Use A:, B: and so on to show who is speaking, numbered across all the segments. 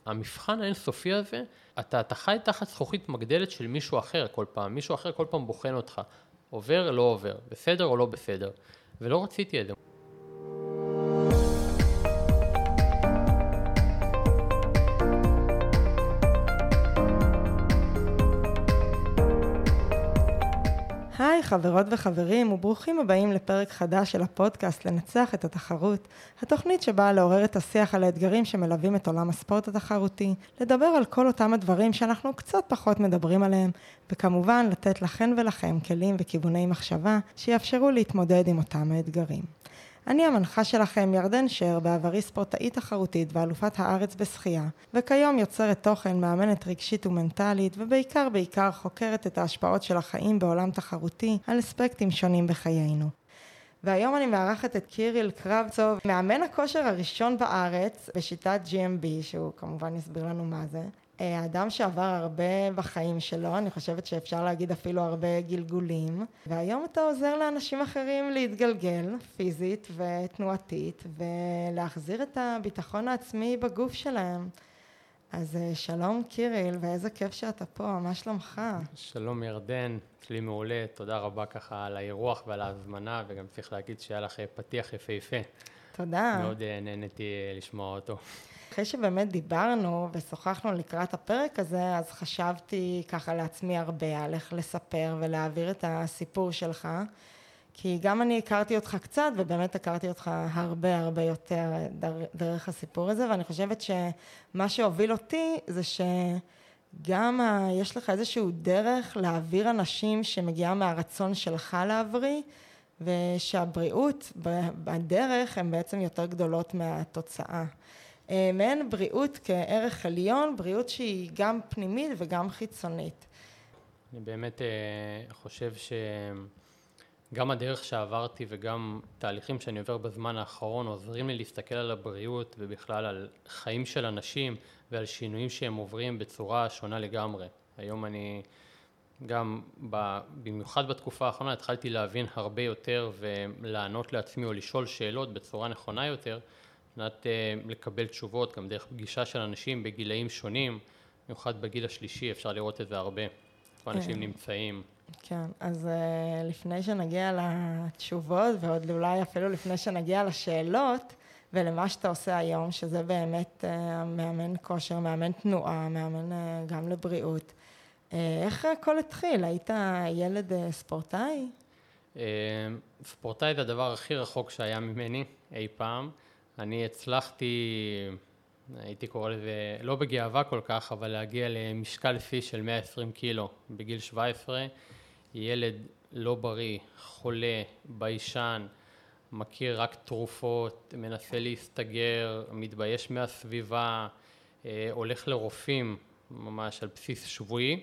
A: המבחן האינסופי הזה, אתה חי תחת זכוכית מגדלת של מישהו אחר כל פעם, מישהו אחר כל פעם בוחן אותך, עובר, לא עובר, בסדר או לא בסדר, ולא רציתי את זה.
B: היי חברות וחברים וברוכים הבאים לפרק חדש של הפודקאסט לנצח את התחרות, התוכנית שבאה לעורר את השיח על האתגרים שמלווים את עולם הספורט התחרותי, לדבר על כל אותם הדברים שאנחנו קצת פחות מדברים עליהם, וכמובן לתת לכן ולכם כלים וכיווני מחשבה שיאפשרו להתמודד עם אותם האתגרים. אני המנחה שלכם ירדן שר, בעברי ספורטאית תחרותית ואלופת הארץ בשחייה, וכיום יוצרת תוכן, מאמנת רגשית ומנטלית, ובעיקר חוקרת את ההשפעות של החיים בעולם תחרותי על אספקטים שונים בחיינו. והיום אני מארחת את קיריל קרבצוב, מאמן הכושר הראשון בארץ בשיטת GMB, שהוא כמובן יסביר לנו מה זה. האדם שעבר הרבה בחיים שלו, אני חושבת שאפשר להגיד אפילו הרבה גלגולים, והיום אתה עוזר לאנשים אחרים להתגלגל פיזית ותנועתית, ולהחזיר את הביטחון העצמי בגוף שלהם. אז שלום קיריל, ואיזה כיף שאתה פה, מה שלומך?
A: שלום ירדן, שלי מעולה, תודה רבה ככה על האירוח ועל ההזמנה, וגם צריך להגיד שהיה לך פתיח יפהפה.
B: תודה.
A: מאוד נהניתי לשמוע אותו.
B: אחרי שבאמת דיברנו ושוחחנו לקראת הפרק הזה, אז חשבתי ככה לעצמי הרבה על איך לספר ולהעביר את הסיפור שלך, כי גם אני הכרתי אותך קצת, ובאמת הכרתי אותך הרבה יותר דרך הסיפור הזה, ואני חושבת שמה שהוביל אותי זה שגם יש לך איזשהו דרך להעביר אנשים שמגיעה מהרצון שלך להבריא, ושהבריאות בדרך הן בעצם יותר גדולות מהתוצאה. מעין בריאות כערך עליון, בריאות שהיא גם פנימית וגם חיצונית.
A: אני באמת חושב שגם הדרך שעברתי וגם תהליכים שאני עובר בזמן האחרון עוזרים לי להסתכל על הבריאות ובכלל על חיים של אנשים ועל שינויים שהם עוברים בצורה שונה לגמרי. היום אני גם במיוחד בתקופה האחרונה התחלתי להבין הרבה יותר ולענות לעצמי או לשאול שאלות בצורה נכונה יותר, מנת לקבל תשובות גם דרך פגישה של אנשים בגילאים שונים, במיוחד בגיל השלישי אפשר לראות את זה הרבה, איפה אנשים נמצאים.
B: כן, אז לפני שנגיע לתשובות ועוד אולי אפילו לפני שנגיע לשאלות ולמה שאתה עושה היום, שזה באמת מאמן כושר, מאמן תנועה, מאמן גם לבריאות, איך הכל התחיל? היית ילד ספורטאי?
A: ספורטאי זה הדבר הכי רחוק שהיה ממני אי פעם. אני הצלחתי, הייתי קורא לזה, לא בגאווה כל כך, אבל להגיע למשקל שיא של 120 קילו בגיל 17, ילד לא בריא, חולה, ביישן, מכיר רק תרופות, מנסה להסתגר, מתבייש מהסביבה, הולך לרופאים ממש על בסיס שבועי,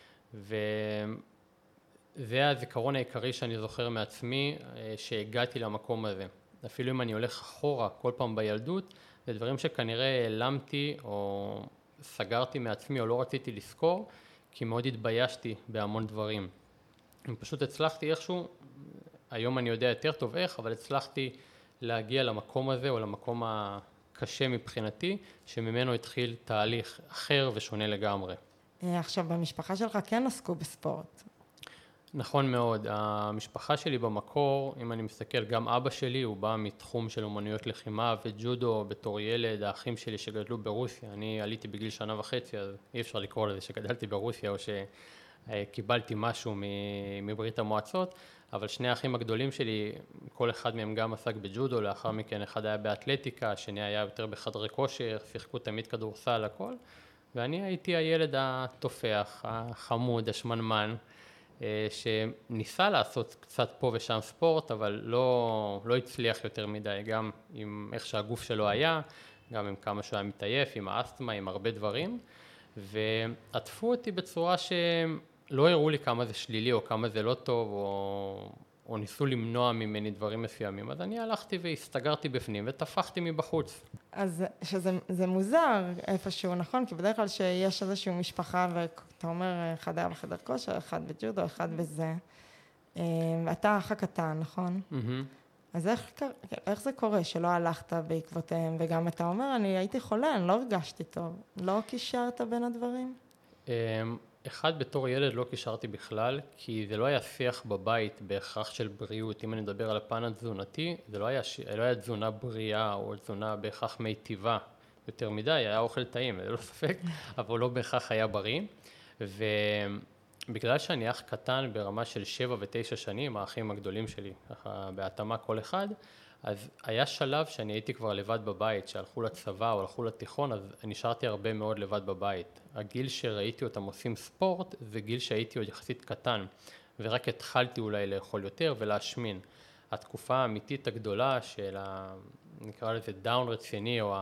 A: וזה הזיכרון העיקרי שאני זוכר מעצמי שהגעתי למקום הזה. אפילו אם אני הולך אחורה כל פעם בילדות, זה דברים שכנראה העלמתי או סגרתי מעצמי או לא רציתי לזכור, כי מאוד התביישתי בהמון דברים. פשוט הצלחתי איכשהו, היום אני יודע יותר טוב איך, אבל הצלחתי להגיע למקום הזה או למקום הקשה מבחינתי, שממנו התחיל תהליך אחר ושונה לגמרי.
B: עכשיו, במשפחה שלך כן עסקו בספורט.
A: נכון מאוד, המשפחה שלי במקור, אם אני מסתכל, גם אבא שלי הוא בא מתחום של אומנויות לחימה וג'ודו בתור ילד, האחים שלי שגדלו ברוסיה, אני עליתי בגיל 1.5, אז אי אפשר לקרוא לזה שגדלתי ברוסיה או שקיבלתי משהו מברית המועצות, אבל שני האחים הגדולים שלי, כל אחד מהם גם עסק בג'ודו, לאחר מכן אחד היה באתלטיקה, השני היה יותר בחדרי כושר, שיחקו תמיד כדורסל, הכל, ואני הייתי הילד התופח, החמוד, השמנמן, שניסה לעשות קצת פה ושם ספורט, אבל לא הצליח יותר מדי, גם עם איך שהגוף שלו היה, גם עם כמה שהוא היה מתעייף, עם האסתמה, עם הרבה דברים, ועטפו אותי בצורה שלא הראו לי כמה זה שלילי או כמה זה לא טוב, או ניסו למנוע ממני דברים מסוימים, אז אני הלכתי והסתגרתי בפנים וטפחתי מבחוץ.
B: אז שזה מוזר איפשהו, נכון? כי בדרך כלל שיש איזושהי משפחה ואתה אומר אחד היה בחדר כושר, אחד בג'ודו, אחד בזה. אתה אח הקטן, נכון? אז איך זה קורה שלא הלכת בעקבותיהם, וגם אתה אומר, אני הייתי חולה, אני לא הרגשתי טוב, לא קישרת בין הדברים?
A: אחד, בתור ילד לא קישרתי בכלל, כי זה לא היה שיח בבית בהכרח של בריאות. אם אני מדבר על הפן התזונתי, זה לא היה תזונה בריאה או תזונה בהכרח מיטיבה יותר מדי, היה אוכל טעים, זה לא ספק, אבל לא בהכרח היה בריא. ובגלל שאני אח קטן ברמה של 7 ו9 שנים, האחים הגדולים שלי, ככה בהתאמה כל אחד, אז היה שלב שאני הייתי כבר לבד בבית, שהלכו לצבא או הלכו לתיכון, אז נשארתי הרבה מאוד לבד בבית. הגיל שראיתי אותם עושים ספורט, זה גיל שהייתי עוד יחסית קטן, ורק התחלתי אולי לאכול יותר ולהשמין. התקופה האמיתית הגדולה של נקרא לזה דאון רציני, או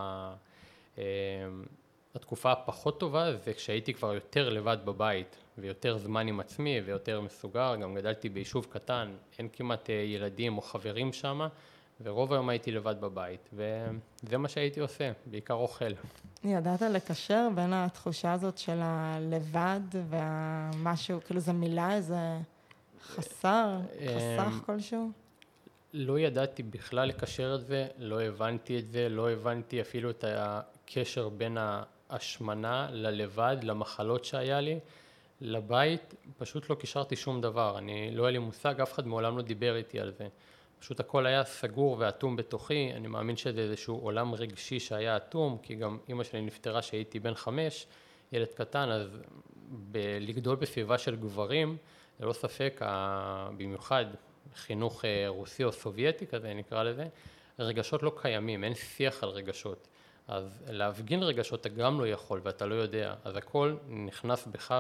A: התקופה הפחות טובה, זה כשהייתי כבר יותר לבד בבית, ויותר זמן עם עצמי, ויותר מסוגר. גם גדלתי ביישוב קטן, אין כמעט ילדים או חברים שם, ורוב היום הייתי לבד בבית, וזה מה שהייתי עושה, בעיקר אוכל.
B: ידעת לקשר בין התחושה הזאת של הלבד והמשהו, כאילו זה מילה, איזה חסך כלשהו?
A: לא ידעתי בכלל לקשר את זה, לא הבנתי את זה, לא הבנתי אפילו את הקשר בין ההשמנה ללבד, למחלות שהיה לי, לבית, פשוט לא קישרתי שום דבר, לא היה לי מושג, אף אחד מעולם לא דיבר איתי על זה. פשוט הכל היה סגור ואטום בתוכי, אני מאמין שזה איזשהו עולם רגשי שהיה אטום, כי גם אמא שלי נפטרה שהייתי בן 5, ילד קטן, אז לגדול בסביבה של גברים, ללא ספק, במיוחד חינוך רוסי או סובייטי כזה נקרא לזה, רגשות לא קיימים, אין שיח על רגשות. אז להפגין רגשות אתה גם לא יכול ואתה לא יודע, אז הכל נכנס בך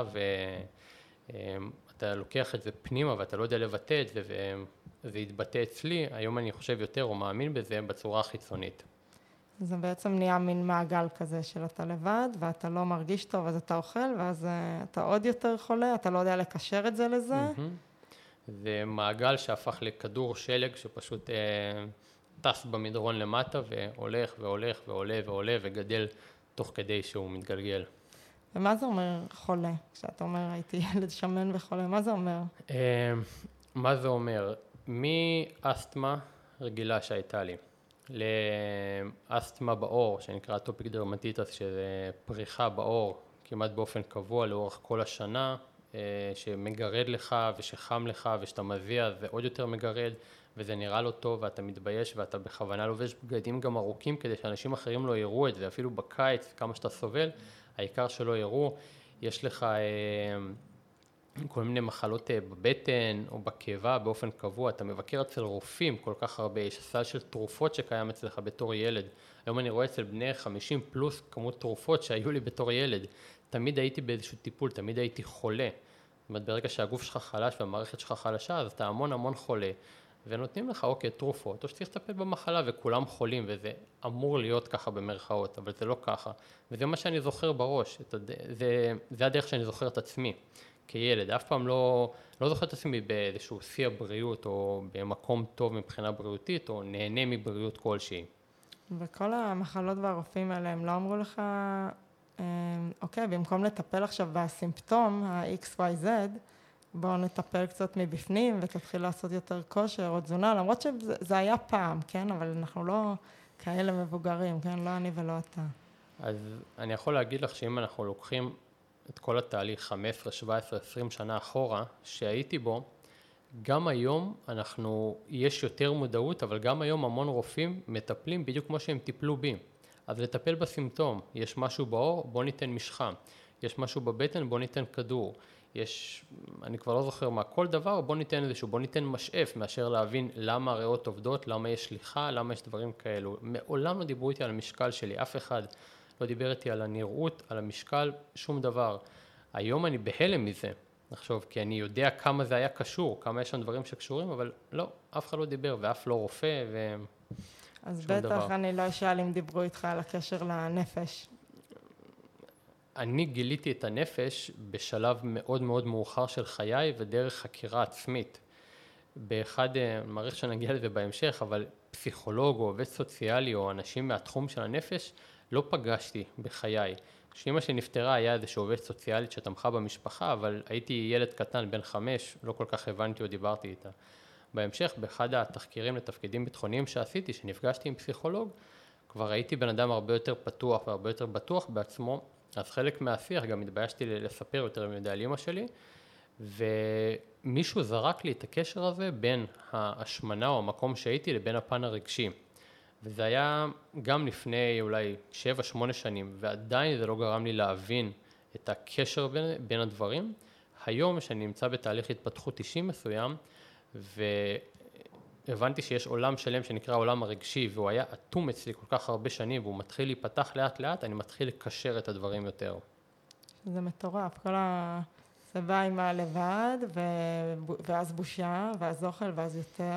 A: ואתה לוקח את זה פנימה ואתה לא יודע לבטא את זה וזה יתבטא אצלי, היום אני חושב יותר או מאמין בזה בצורה החיצונית.
B: זה בעצם נהיה מין מעגל כזה של אתה לבד ואתה לא מרגיש טוב אז אתה אוכל ואז אתה עוד יותר חולה, אתה לא יודע לקשר את זה לזה.
A: זה מעגל שהפך לכדור שלג שפשוט טס במדרון למטה והולך והולך ועולה ועולה וגדל תוך כדי שהוא מתגלגל.
B: ומה זה אומר חולה? כשאתה אומר הייתי ילד שמן וחולה, מה זה אומר?
A: מה זה אומר? מאסתמה רגילה שהייתה לי לאסתמה בעור שנקרא אטופיק דרמטיטיס, שזה פריחה בעור כמעט באופן קבוע לאורך כל השנה, שמגרד לך ושחם לך ושאתה מזיע זה עוד יותר מגרד וזה נראה לא טוב ואתה מתבייש ואתה בכוונה לובש בגדים גם ארוכים כדי שאנשים אחרים לא יראו את זה, אפילו בקיץ כמה שאתה סובל, העיקר שלא יראו. יש לך כל מיני מחלות בבטן או בקיבה באופן קבוע, אתה מבקר אצל רופאים כל כך הרבה, יש סל של תרופות שקיים אצלך בתור ילד. היום אני רואה אצל בני 50 פלוס כמות תרופות שהיו לי בתור ילד. תמיד הייתי באיזשהו טיפול, תמיד הייתי חולה. זאת אומרת, ברגע שהגוף שלך חלש והמערכת שלך חלשה, אז אתה המון חולה. ונותנים לך, אוקיי, תרופות, או שצריך לטפל במחלה וכולם חולים, וזה אמור להיות ככה במרכאות, אבל זה לא ככה. וזה מה שאני זוכר בראש, זה הדרך שאני זוכר את עצמי כילד. אף פעם לא זוכר את עצמי באיזשהו שיא הבריאות, או במקום טוב מבחינה בריאותית, או נהנה מבריאות כלשהי.
B: וכל המחלות והרופאים האלה, הם לא אמרו לך, אוקיי, במקום לטפל עכשיו בסימפטום, ה-XYZ, בואו נטפל קצת מבפנים ותתחיל לעשות יותר כושר או תזונה, למרות שזה היה פעם, כן? אבל אנחנו לא כאלה מבוגרים, כן? לא אני ולא אתה.
A: אז אני יכול להגיד לך שאם אנחנו לוקחים את כל התהליך 15, 17, 20 שנה אחורה שהייתי בו, גם היום יש יותר מודעות, אבל גם היום המון רופאים מטפלים בדיוק כמו שהם טיפלו בי. אז לטפל בסימפטום, יש משהו בעור, בוא ניתן משחה. יש משהו בבטן, בוא ניתן כדור. אני כבר לא זוכר מה, כל דבר, בוא ניתן משאף, מאשר להבין למה הריאות עובדות, למה יש שליחה, למה יש דברים כאלו. מעולם לא דיברו איתי על המשקל שלי, אף אחד לא דיבר איתי על הנראות, על המשקל, שום דבר. היום אני בהלם מזה, נחשוב, כי אני יודע כמה זה היה קשור, כמה יש שם דברים שקשורים, אבל לא, אף אחד לא דיבר, ואף לא רופא,
B: אז בטח אני לא אשאל אם דיברו איתך על הקשר לנפש.
A: אני גיליתי את הנפש בשלב מאוד מאוד מאוחר של חיי ודרך חקירה עצמית. אני מעריך שנגיע לזה בהמשך, אבל פסיכולוג או עובד סוציאלי או אנשים מהתחום של הנפש לא פגשתי בחיי. כשאמא שלי נפטרה היה איזושהי עובד סוציאלית שתמכה במשפחה, אבל הייתי ילד קטן בן 5, לא כל כך הבנתי או דיברתי איתה. בהמשך, באחד התחקירים לתפקידים ביטחוניים שעשיתי, שנפגשתי עם פסיכולוג, כבר הייתי בן אדם הרבה יותר פתוח והרבה יותר בטוח בעצמו, אז חלק מהשיח גם התביישתי לספר יותר מדי על אמא שלי, ומישהו זרק לי את הקשר הזה בין ההשמנה או המקום שהייתי לבין הפן הרגשי. וזה היה גם לפני אולי 7-8 שנים, ועדיין זה לא גרם לי להבין את הקשר בין הדברים. היום שאני נמצא בתהליך התפתחות אישי מסוים, והבנתי שיש עולם שלם שנקרא עולם הרגשי, והוא היה אטום אצלי כל כך הרבה שנים, והוא מתחיל להיפתח לאט לאט, אני מתחיל לקשר את הדברים יותר.
B: זה מטורף, כל זה בא עם הלבד, ואז בושה, ואז אוכל, ואז יותר.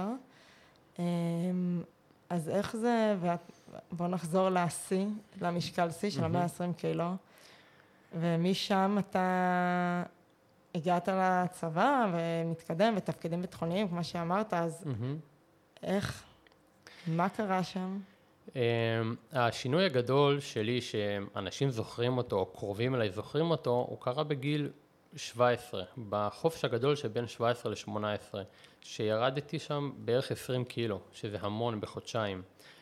B: אז איך זה, בוא נחזור לשיא, למשקל שיא של 120 קילו, ומשם אתה הגעת לצבא ומתקדם בתפקידים ביטחוניים, כמו שאמרת, אז איך, מה קרה שם?
A: השינוי הגדול שלי, שאנשים זוכרים אותו, או קרובים אליי זוכרים אותו, הוא קרה בגיל 17, בחופש הגדול שבין 17 ל-18, שירדתי שם בערך 20 קילו, שזה המון בחודשיים,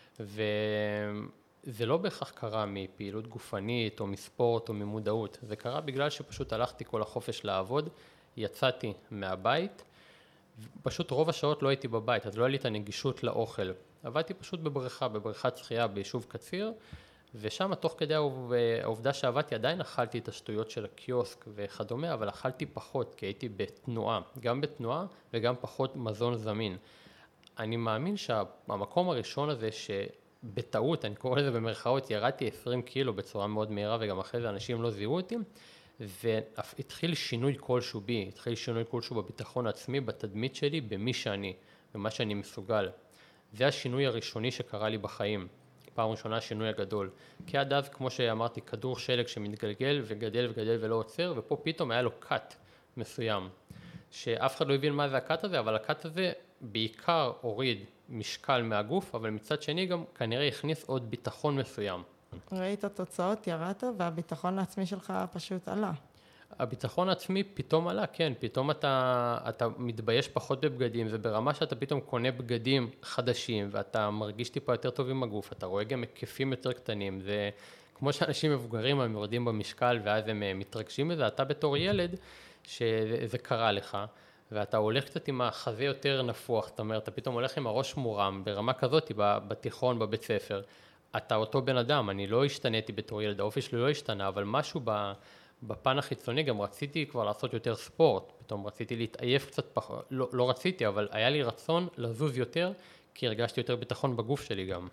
A: וזה לא בהכרח קרה מפעילות גופנית או מספורט או ממודעות, זה קרה בגלל שפשוט הלכתי כל החופש לעבוד, יצאתי מהבית, פשוט רוב השעות לא הייתי בבית, אז לא היה לי את הנגישות לאוכל, עבדתי פשוט בבריכת שחייה ביישוב קציר, ושם תוך כדי העובדה שעבדתי עדיין אכלתי את השטויות של הקיוסק וכדומה, אבל אכלתי פחות כי הייתי בתנועה, גם בתנועה וגם פחות מזון זמין. אני מאמין שהמקום הראשון הזה שבטעות, אני קורא לזה במרכאות, ירדתי 20 קילו בצורה מאוד מהירה וגם אחרי זה אנשים לא זיהו אותי, והתחיל שינוי כלשהו בי, התחיל שינוי כלשהו בביטחון העצמי, בתדמית שלי, במי שאני, במה שאני מסוגל. זה השינוי הראשוני שקרה לי בחיים. פעם ראשונה השינוי הגדול. כי עד אז, כמו שאמרתי, כדור שלג שמתגלגל וגדל וגדל ולא עוצר, ופה פתאום היה לו קאט מסוים, שאף אחד לא הבין מה זה הקאט הזה, אבל הקאט הזה בעיקר הוריד משקל מהגוף, אבל מצד שני גם כנראה הכניס עוד ביטחון מסוים.
B: ראית תוצאות, ירדת, והביטחון העצמי שלך פשוט עלה.
A: הביטחון העצמי פתאום עלה, כן, פתאום אתה מתבייש פחות בבגדים, זה ברמה שאתה פתאום קונה בגדים חדשים, ואתה מרגיש טיפה יותר טוב עם הגוף, אתה רואה גם היקפים יותר קטנים, זה כמו שאנשים מבוגרים הם יורדים במשקל, ואז הם מתרגשים מזה, אתה בתור ילד, שזה קרה לך, ואתה הולך קצת עם החזה יותר נפוח, זאת אומרת, אתה פתאום הולך עם הראש מורם, ברמה כזאת, בתיכון, בבית ספר, אתה אותו בן אדם, אני לא השתניתי בתור ילד, האופי שלי לא השתנה, אבל משהו בפן החיצוני גם רציתי כבר לעשות יותר ספורט, פתאום רציתי להתעייף קצת פחות, לא רציתי, אבל היה לי רצון לזוז יותר, כי הרגשתי יותר ביטחון בגוף שלי גם.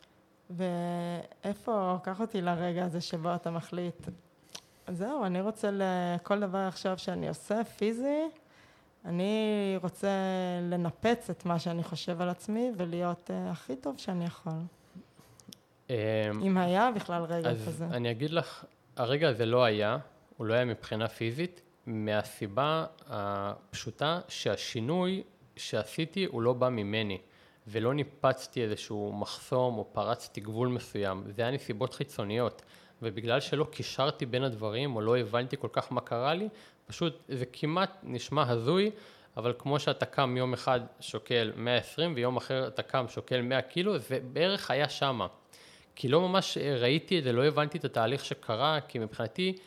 B: ואיפה, קח אותי לרגע הזה שבו אתה מחליט, זהו, אני רוצה לכל דבר עכשיו שאני עושה, פיזי, אני רוצה לנפץ את מה שאני חושב על עצמי, ולהיות הכי טוב שאני יכול. אם היה בכלל רגע כזה.
A: אז אני אגיד לך, הרגע הזה לא היה, הוא לא היה מבחינה פיזית, מהסיבה הפשוטה שהשינוי שעשיתי הוא לא בא ממני, ולא ניפצתי איזשהו מחסום או פרצתי גבול מסוים, זה היה נסיבות חיצוניות, ובגלל שלא קישרתי בין הדברים או לא הבנתי כל כך מה קרה לי, פשוט זה כמעט נשמע הזוי, אבל כמו שאתה קם יום אחד שוקל 120 ויום אחר אתה קם שוקל 100 קילו, זה בערך היה שמה. כי לא ממש ראיתי את זה, לא הבנתי את התהליך שקרה, כי מבחינתי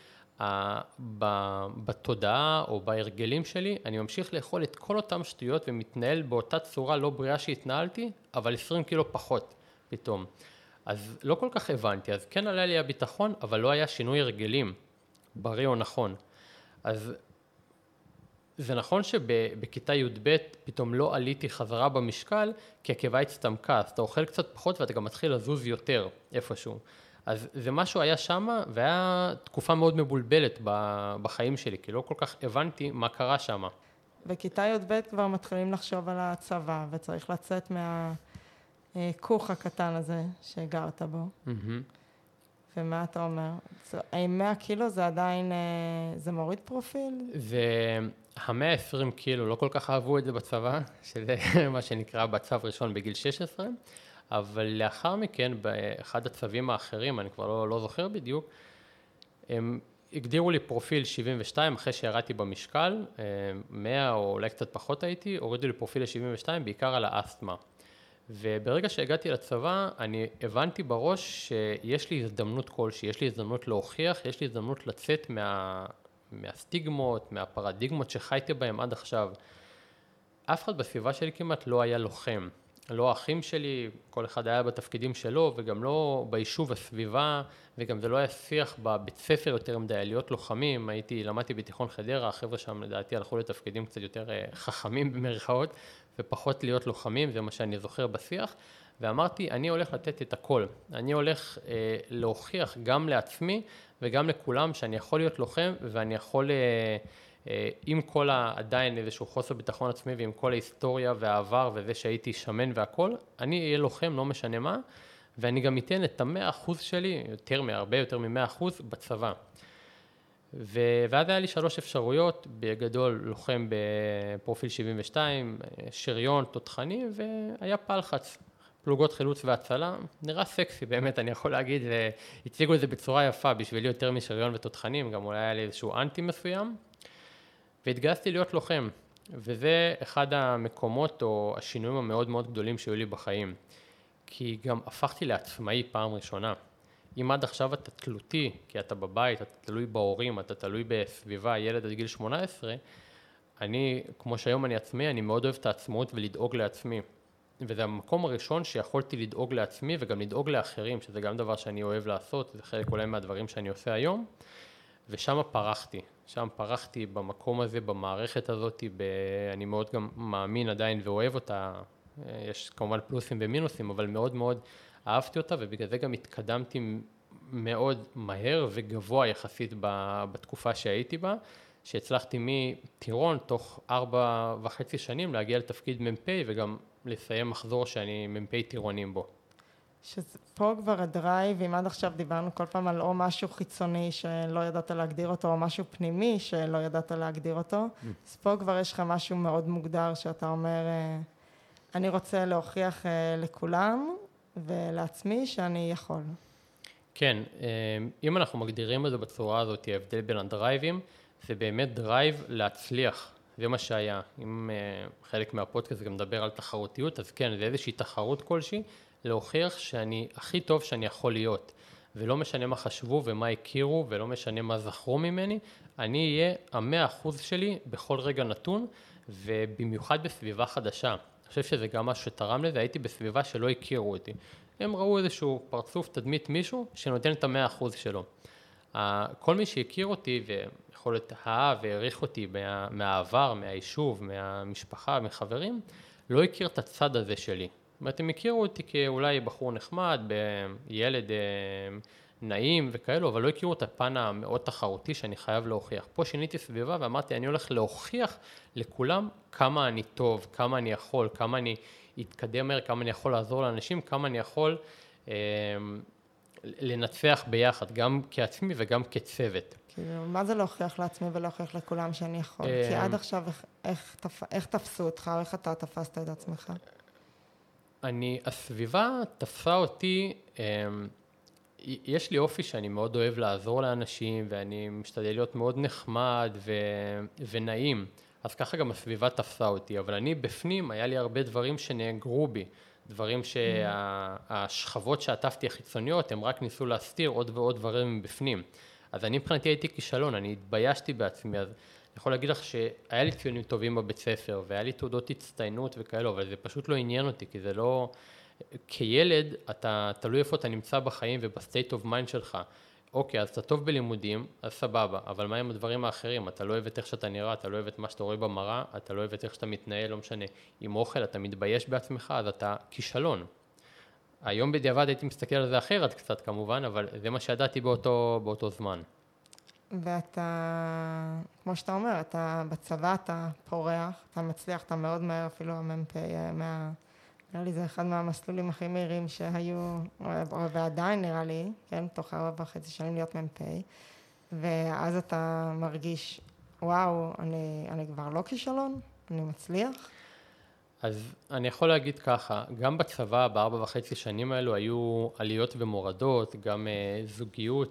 A: בתודעה או בהרגלים שלי, אני ממשיך לאכול את כל אותם שטויות ומתנהל באותה צורה לא בריאה שהתנהלתי, אבל 20 קילו פחות פתאום. אז לא כל כך הבנתי, אז כן עלה לי הביטחון, אבל לא היה שינוי הרגלים, בריא או נכון. אז זה נכון שבכיתה י"ב פתאום לא עליתי חזרה במשקל, כי הקיבה הצטמקה, אז אתה אוכל קצת פחות ואתה גם מתחיל לזוז יותר איפשהו. אז זה משהו היה שמה, והיה תקופה מאוד מבולבלת בחיים שלי, כי לא כל כך הבנתי מה קרה שמה.
B: בכיתה י"ב כבר מתחילים לחשוב על הצבא, וצריך לצאת מהכוך הקטן הזה שגרת בו. ומה אתה אומר? האם 100 קילו זה עדיין, זה מוריד פרופיל?
A: זה 120 קילו, לא כל כך אהבו את זה בצבא, שזה מה שנקרא בצו ראשון בגיל 16, אבל לאחר מכן, באחד הצווים האחרים, אני כבר לא זוכר בדיוק, הם הגדירו לי פרופיל 72 אחרי שירדתי במשקל, 100 או אולי קצת פחות הייתי, הורידו לי פרופיל ל-72 בעיקר על האסתמה. וברגע שהגעתי לצבא, אני הבנתי בראש שיש לי הזדמנות כלשהי, יש לי הזדמנות להוכיח, יש לי הזדמנות לצאת מהסטיגמות, מהפרדיגמות שחייתי בהם עד עכשיו. אף אחד בסביבה שלי כמעט לא היה לוחם. לא האחים שלי, כל אחד היה בתפקידים שלו, וגם לא ביישוב הסביבה, וגם זה לא היה שיח בבית ספר יותר מדי, להיות לוחמים. למדתי בתיכון חדרה, החבר'ה שם לדעתי הלכו לתפקידים קצת יותר חכמים במרכאות, ופחות להיות לוחמים, זה מה שאני זוכר בשיח. ואמרתי, אני הולך לתת את הכל. אני הולך להוכיח גם לעצמי וגם לכולם שאני יכול להיות לוחם, ואני יכול עם כל עדיין איזשהו חוסר ביטחון עצמי ועם כל ההיסטוריה והעבר וזה שהייתי שמן והכל, אני אהיה לוחם, לא משנה מה, ואני גם אתן את 100% שלי, הרבה יותר מ-100% בצבא. ואז היה לי 3 אפשרויות, בגדול לוחם בפרופיל 72, שריון, תותחני, והיה פלחץ, פלוגות חילוץ והצלה, נראה סקסי באמת, אני יכול להגיד, והציגו את זה בצורה יפה, בשבילי יותר משריון ותותחנים, גם אולי היה לי איזשהו אנטי מסוים, והתגייסתי להיות לוחם, וזה אחד המקומות או השינויים המאוד מאוד גדולים שהיו לי בחיים, כי גם הפכתי לעצמאי פעם ראשונה. אם עד עכשיו אתה תלותי, כי אתה בבית, אתה תלוי בהורים, אתה תלוי בסביבה, ילד עד גיל 18, כמו שהיום אני עצמאי, אני מאוד אוהב את העצמאות ולדאוג לעצמי. וזה המקום הראשון שיכולתי לדאוג לעצמי וגם לדאוג לאחרים, שזה גם דבר שאני אוהב לעשות, זה חלק אולי מהדברים שאני עושה היום, ושם פרחתי במקום הזה, במערכת הזאת, אני מאוד גם מאמין עדיין ואוהב אותה, יש כמובן פלוסים ומינוסים, אבל מאוד מאוד אהבתי אותה, ובגלל זה גם התקדמתי מאוד מהר וגבוה יחסית בתקופה שהייתי בה, שהצלחתי מטירון תוך 4.5 שנים להגיע לתפקיד מ"פ וגם לסיים מחזור שאני מ"פ טירונים בו.
B: שפה כבר הדרייב, אם עד עכשיו דיברנו כל פעם על או משהו חיצוני שלא ידעת להגדיר אותו, או משהו פנימי שלא ידעת להגדיר אותו, אז פה כבר יש לך משהו מאוד מוגדר שאתה אומר, אני רוצה להוכיח לכולם ולעצמי שאני יכול.
A: כן, אם אנחנו מגדירים את זה בצורה הזאת, ההבדל בין הדרייבים, זה באמת דרייב להצליח, זה מה שהיה. אם חלק מהפודקאסט גם מדבר על תחרותיות, אז כן, זה איזושהי תחרות כלשהי, להוכיח שאני הכי טוב שאני יכול להיות, ולא משנה מה חשבו ומה הכירו, ולא משנה מה זכרו ממני, אני אהיה 100% שלי בכל רגע נתון, ובמיוחד בסביבה חדשה. אני חושב שזה גם משהו שתרם לזה, הייתי בסביבה שלא הכירו אותי. הם ראו איזשהו פרצוף, תדמית מישהו, שנותן את 100% שלו. כל מי שהכיר אותי, ויכול להיות אהב והעריך אותי מהעבר, מהיישוב, מהמשפחה, מחברים, לא הכיר את הצד הזה שלי. ואתם הכירו אותי כאולי בחור נחמד, בילד נעים וכאלו, אבל לא הכירו את הפן המאוד תחרותי שאני חייב להוכיח. פה שיניתי סביבה ואמרתי, אני הולך להוכיח לכולם כמה אני טוב, כמה אני יכול, כמה אני אתקדם מהר, כמה אני יכול לעזור לאנשים, כמה אני יכול לנצח ביחד, גם כעצמי וגם כצוות.
B: כאילו, מה זה להוכיח לעצמי ולהוכיח לכולם שאני יכול? כי עד עכשיו, איך תפסו אותך, או איך אתה תפסת את עצמך?
A: הסביבה תפסה אותי, יש לי אופי שאני מאוד אוהב לעזור לאנשים, ואני משתדל להיות מאוד נחמד ונעים, אז ככה גם הסביבה תפסה אותי, אבל אני בפנים, היה לי הרבה דברים שנאגרו בי, דברים שהשכבות שעטפתי החיצוניות, הם רק ניסו להסתיר עוד ועוד דברים בפנים. אז אני מבחינתי הייתי כישלון, אני התביישתי בעצמי, אז אני יכול להגיד לך שהיה לי ציונים טובים בבית ספר, והיה לי תעודות הצטיינות וכאלו, אבל זה פשוט לא עניין אותי, כי זה לא... כילד, אתה תלוי איפה אתה נמצא בחיים ובסטייט אוף מיינד שלך. אוקיי, אז אתה טוב בלימודים, אז סבבה, אבל מה עם הדברים האחרים? אתה לא אוהב את איך שאתה נראה, אתה לא אוהב את מה שאתה רואה במראה, אתה לא אוהב את איך שאתה מתנהל, לא משנה. עם אוכל, אתה מתבייש בעצמך, אז אתה כישלון. היום בדיעבד הייתי מסתכל על זה אחרת קצת כמובן, אבל זה מה שידעתי באותו זמן.
B: ואתה, כמו שאתה אומר, אתה בצבא, אתה פורח, אתה מצליח, אתה מאוד מהר, אפילו המ"פ נראה לי זה אחד מהמסלולים הכי מהירים שהיו, ועדיין נראה לי, כן, תוך 4.5 שנים להיות מ"פ, ואז אתה מרגיש, וואו, אני כבר לא כישלון, אני מצליח.
A: אז אני יכול להגיד ככה, גם בצבא, ב4.5 שנים האלו, היו עליות ומורדות, גם זוגיות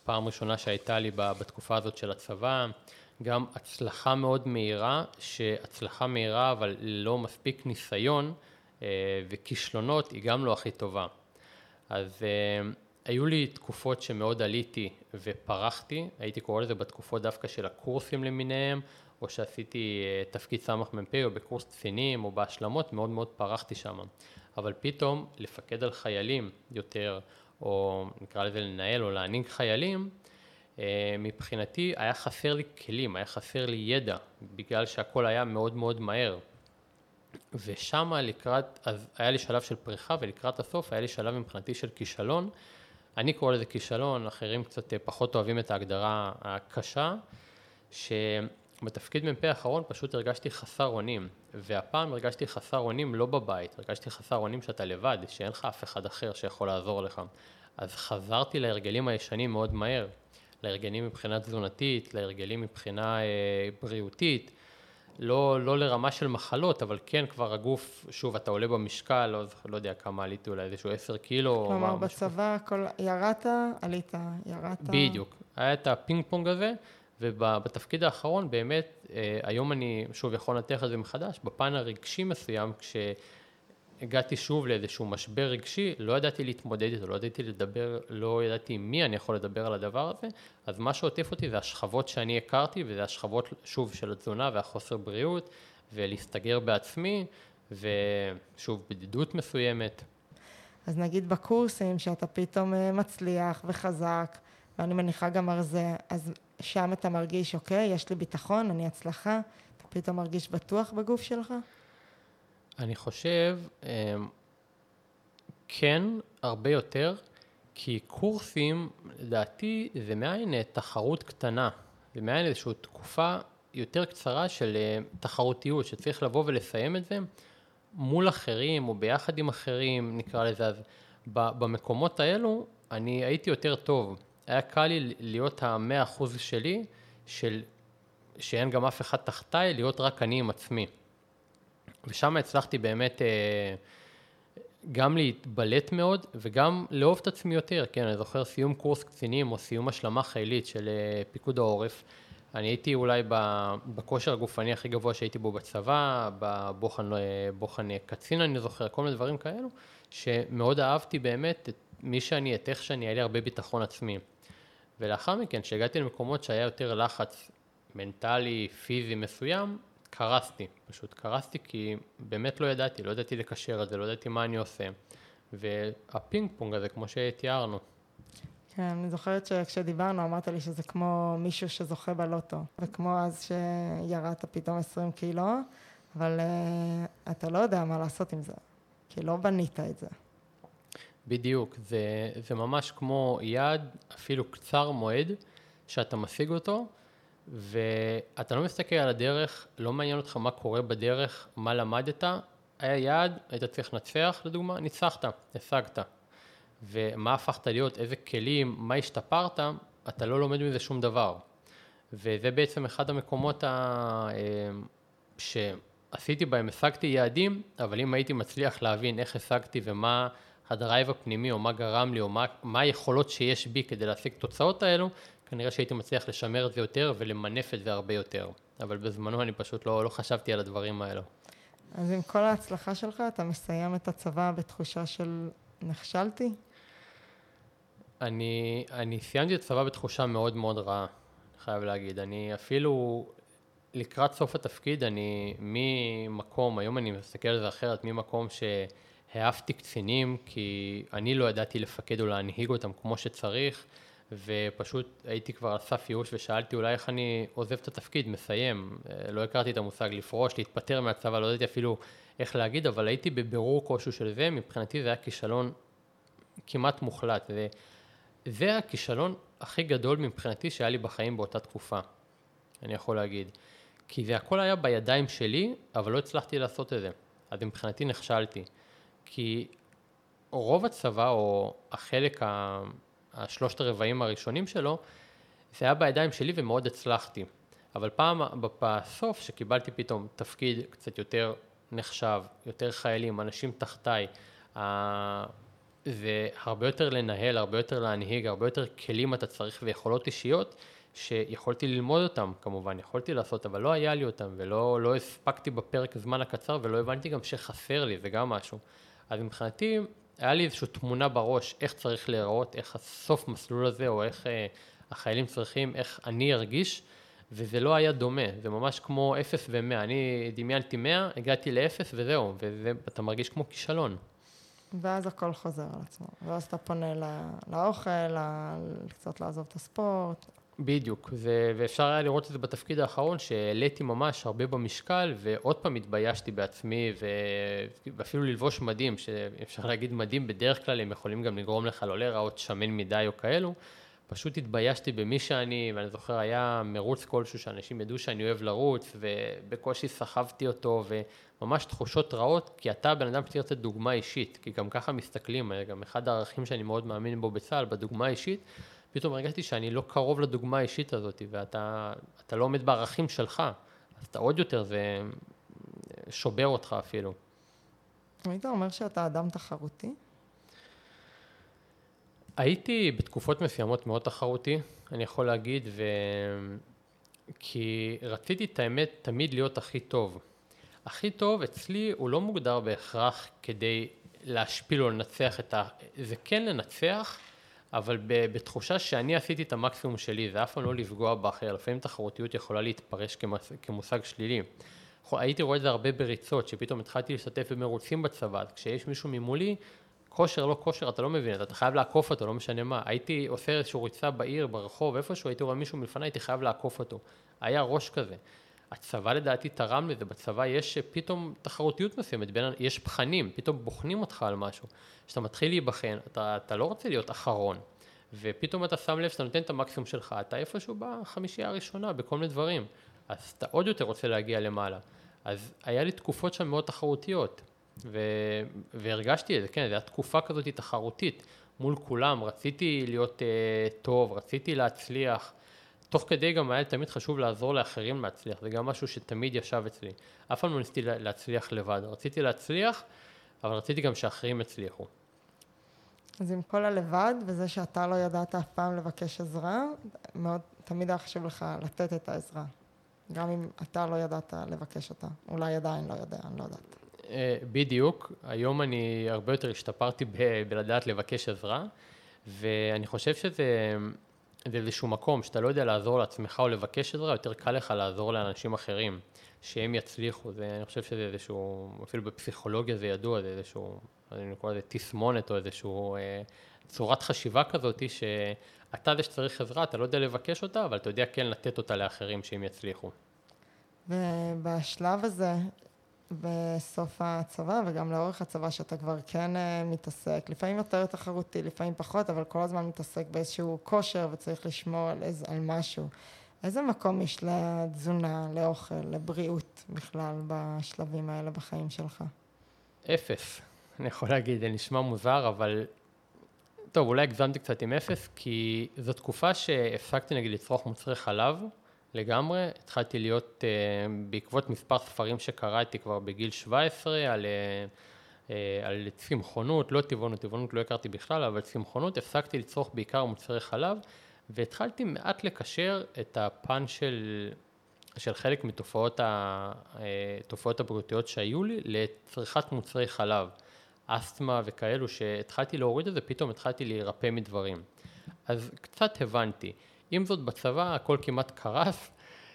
A: פעם ראשונה שהייתה לי בתקופה הזאת של הצבא, גם הצלחה מאוד מהירה, שהצלחה מהירה אבל לא מספיק ניסיון וכישלונות היא גם לא הכי טובה. אז היו לי תקופות שמאוד עליתי ופרחתי, הייתי קורא לזה בתקופות דווקא של הקורסים למיניהם, או שעשיתי תפקיד סמ"ך מ"פ או בקורס קצינים או בהשלמות, מאוד מאוד פרחתי שם. אבל פתאום לפקד על חיילים יותר, או נקרא לזה לנהל או להנהיג חיילים, מבחינתי היה חסר לי כלים, היה חסר לי ידע, בגלל שהכל היה מאוד מאוד מהר. ושם אז היה לי שלב של פריחה, ולקראת הסוף היה לי שלב מבחינתי של כישלון. אני קורא לזה כישלון, אחרים קצת פחות אוהבים את ההגדרה הקשה, שבתפקיד מ"פ האחרון פשוט הרגשתי חסר אונים, והפעם הרגשתי חסר אונים לא בבית, הרגשתי חסר אונים שאתה לבד, שאין לך אף אחד אחר שיכול לעזור לך. אז חזרתי להרגלים הישנים מאוד מהר, להרגלים מבחינה תזונתית, להרגלים מבחינה בריאותית, לא לרמה של מחלות, אבל כן כבר הגוף, שוב, אתה עולה במשקל, לא יודע כמה עליתי, אולי איזשהו 10 קילו.
B: כלומר, בצבא, ירדת, עלית, ירדת.
A: בדיוק. היה את הפינג פונג הזה, ובתפקיד האחרון באמת, היום אני שוב יכול לנתח את זה מחדש, בפן הרגשי מסוים, כשהגעתי שוב לאיזשהו משבר רגשי, לא ידעתי להתמודד איתו, לא ידעתי לדבר, לא ידעתי עם מי אני יכול לדבר על הדבר הזה, אז מה שעוטף אותי זה השכבות שאני הכרתי, וזה השכבות שוב של התזונה והחוסר בריאות, ולהסתגר בעצמי, ושוב בדידות מסוימת.
B: אז נגיד בקורסים שאתה פתאום מצליח וחזק, ואני מניחה גם על זה, אז שם אתה מרגיש, אוקיי, יש לי ביטחון, אני הצלחה, אתה פתאום מרגיש בטוח בגוף שלך?
A: אני חושב, כן, הרבה יותר, כי קורסים, לדעתי, זה מעין תחרות קטנה, זה מעין איזושהי תקופה יותר קצרה של תחרותיות, שצריך לבוא ולסיים את זה מול אחרים, או ביחד עם אחרים, נקרא לזה, אז במקומות האלו, אני הייתי יותר טוב, היה קל לי להיות 100% שלי, שאין גם אף אחד תחתיי, להיות רק אני עם עצמי. ושם הצלחתי באמת גם להתבלט מאוד, וגם לאהוב את עצמי יותר. כן, אני זוכר סיום קורס קצינים, או סיום השלמה חיילית של פיקוד העורף. אני הייתי אולי בכושר הגופני הכי גבוה שהייתי בו בצבא, בבוחן קצין, אני זוכר, כל מיני דברים כאלו, שמאוד אהבתי באמת את מי שאני, את איך שאני, היה לי הרבה ביטחון עצמי. ולאחר מכן, כשהגעתי למקומות שהיה יותר לחץ מנטלי, פיזי מסוים, פשוט קרסתי כי באמת לא ידעתי לקשר את זה, לא ידעתי מה אני עושה. והפינג פונג הזה, כמו שתיארנו.
B: כן, אני זוכרת שכשדיברנו, אמרת לי שזה כמו מישהו שזוכה בלוטו, וכמו אז שירדת פתאום 20 קילו, אבל אתה לא יודע מה לעשות עם זה, כי לא בנית את זה.
A: בדיוק, זה ממש כמו יעד, אפילו קצר מועד, שאתה משיג אותו, ואתה לא מסתכל על הדרך, לא מעניין אותך מה קורה בדרך, מה למדת, היה יעד, היית צריך לנצח, לדוגמה, ניצחת, השגת. ומה הפכת להיות, איזה כלים, מה השתפרת, אתה לא לומד מזה שום דבר. וזה בעצם אחד המקומות שעשיתי בהם, השגתי יעדים, אבל אם הייתי מצליח להבין איך השגתי ומה הדרייב הפנימי, או מה גרם לי, או מה היכולות שיש בי כדי להשיג תוצאות האלו, כנראה שהייתי מצליח לשמר את זה יותר ולמנף את זה הרבה יותר. אבל בזמנו אני פשוט לא חשבתי על הדברים האלו.
B: אז עם כל ההצלחה שלך, אתה מסיים את הצבא בתחושה של נכשלתי?
A: אני סיימתי את הצבא בתחושה מאוד מאוד רעה, חייב להגיד. אני אפילו לקראת סוף התפקיד, אני ממקום, היום אני מסתכל על זה אחרת, ממקום שהעפתי קצינים, כי אני לא ידעתי לפקד או להנהיג אותם כמו שצריך, ופשוט הייתי כבר על סף ייאוש ושאלתי אולי איך אני עוזב את התפקיד, מסיים. לא הכרתי את המושג לפרוש, להתפטר מהצבא, לא ידעתי אפילו איך להגיד, אבל הייתי בבירור כלשהו של זה, מבחינתי זה היה כישלון כמעט מוחלט, וזה הכישלון הכי גדול מבחינתי שהיה לי בחיים באותה תקופה, אני יכול להגיד. כי זה הכל היה בידיים שלי, אבל לא הצלחתי לעשות את זה. אז מבחינתי נכשלתי. כי רוב הצבא, או החלק השלושת הרבעים הראשונים שלו, זה היה בידיים שלי ומאוד הצלחתי. אבל בסוף שקיבלתי פתאום תפקיד קצת יותר נחשב, יותר חיילים, אנשים תחתיי, זה הרבה יותר לנהל, הרבה יותר להנהיג, הרבה יותר כלים אתה צריך ויכולות אישיות, שיכולתי ללמוד אותם כמובן, יכולתי לעשות, אבל לא היה לי אותם, ולא הספקתי בפרק הזמן הקצר, ולא הבנתי גם שחסר לי, זה גם משהו. אז מבחינתי, היה לי איזושהי תמונה בראש, איך צריך להיראות, איך הסוף מסלול הזה, או איך החיילים צריכים, איך אני ארגיש, וזה לא היה דומה, זה ממש כמו 0 ו-100, אני דמיינתי 100, הגעתי ל-0 וזהו, ואתה מרגיש כמו כישלון.
B: ואז הכל חוזר על עצמו, ואז אתה פונה לאוכל, קצת לעזוב את הספורט.
A: בדיוק, ואפשר היה לראות את זה בתפקיד האחרון, שהעליתי ממש הרבה במשקל, ועוד פעם התביישתי בעצמי, ואפילו ללבוש מדים, שאפשר להגיד מדים, בדרך כלל הם יכולים גם לגרום לך לא להיראות שמן מדי או כאלו, פשוט התביישתי במי שאני, ואני זוכר היה מרוץ כלשהו שאנשים ידעו שאני אוהב לרוץ, ובקושי סחבתי אותו, וממש תחושות רעות, כי אתה בן אדם שתרצה דוגמה אישית, כי גם ככה מסתכלים, גם אחד הערכים שאני מאוד מאמין בו בצה"ל, בדוגמה אישית, פתאום הרגשתי שאני לא קרוב לדוגמה האישית הזאת, ואתה לא עומד בערכים שלך, אז אתה עוד יותר, זה שובר אותך אפילו.
B: היית אומר שאתה אדם תחרותי?
A: הייתי בתקופות מסוימות מאוד תחרותי, אני יכול להגיד, כי רציתי את האמת תמיד להיות הכי טוב. הכי טוב אצלי הוא לא מוגדר בהכרח כדי להשפיל או לנצח זה כן לנצח, אבל בתחושה שאני עשיתי את המקסימום שלי, זה אף פעם לא לפגוע באחר, לפעמים תחרותיות יכולה להתפרש כמושג שלילי. הייתי רואה את זה הרבה בריצות, שפתאום התחלתי להשתתף במרוצים בצבא, כשיש מישהו ממולי, כושר לא כושר, אתה לא מבין, אתה חייב לעקוף אותו, לא משנה מה. הייתי עושה איזושהי ריצה בעיר, ברחוב, איפשהו, הייתי רואה מישהו מלפני, הייתי חייב לעקוף אותו. היה ראש כזה. הצבא לדעתי תרם לזה, בצבא יש פתאום תחרותיות מסוימת, יש בחנים, פתאום בוחנים אותך על משהו. כשאתה מתחיל להיבחן, אתה לא רוצה להיות אחרון, ופתאום אתה שם לב שאתה נותן את המקסימום שלך, אתה איפשהו בחמישייה הראשונה, בכל מיני דברים, אז אתה עוד יותר רוצה להגיע למעלה. אז היה לי תקופות שם מאוד תחרותיות, והרגשתי את זה, כן, זו הייתה תקופה כזאת תחרותית, מול כולם, רציתי להיות טוב, רציתי להצליח, תוך כדי גם היה תמיד חשוב לעזור לאחרים להצליח, זה גם משהו שתמיד ישב אצלי. אף פעם לא ניסיתי להצליח לבד, רציתי להצליח, אבל רציתי גם שאחרים יצליחו.
B: אז עם כל הלבד, וזה שאתה לא ידעת אף פעם לבקש עזרה, מאוד, תמיד היה חשוב לך לתת את העזרה. גם אם אתה לא ידעת לבקש אותה. אולי עדיין לא יודע, אני לא יודעת.
A: בדיוק, היום אני הרבה יותר השתפרתי בלדעת לבקש עזרה, ואני חושב שזה איזשהו מקום שאתה לא יודע לעזור לעצמך או לבקש עזרה, יותר קל לך לעזור לאנשים אחרים, שהם יצליחו. אני חושב שזה איזשהו, אפילו בפסיכולוגיה זה ידוע, זה איזשהו, אני קורא לזה תסמונת או איזשהו צורת חשיבה כזאת, שאתה זה שצריך עזרה, אתה לא יודע לבקש אותה, אבל אתה יודע כן לתת אותה לאחרים שהם יצליחו.
B: ובשלב הזה, בסוף הצבא וגם לאורך הצבא שאתה כבר כן מתעסק, לפעמים יותר תחרותי, לפעמים פחות, אבל כל הזמן מתעסק באיזשהו כושר וצריך לשמור על משהו. איזה מקום יש לתזונה, לאוכל, לבריאות בכלל בשלבים האלה בחיים שלך?
A: 0, אני יכול להגיד, זה נשמע מוזר, אבל טוב, אולי הגזמתי קצת עם 0, כי זו תקופה שהפסקתי נגיד לצרוך מוצרי חלב, לגמרי, התחלתי להיות בעקבות מספר ספרים שקראתי כבר בגיל 17 על צמחונות, לא טבעונות, טבעונות לא הכרתי בכלל, אבל צמחונות, הפסקתי לצרוך בעיקר מוצרי חלב, והתחלתי מעט לקשר את הפן של חלק מתופעות הבריאותיות שהיו לי לצריכת מוצרי חלב, אסתמה וכאלו, שהתחלתי להוריד את זה, פתאום התחלתי להירפא מדברים. אז קצת הבנתי. עם זאת בצבא הכל כמעט קרס,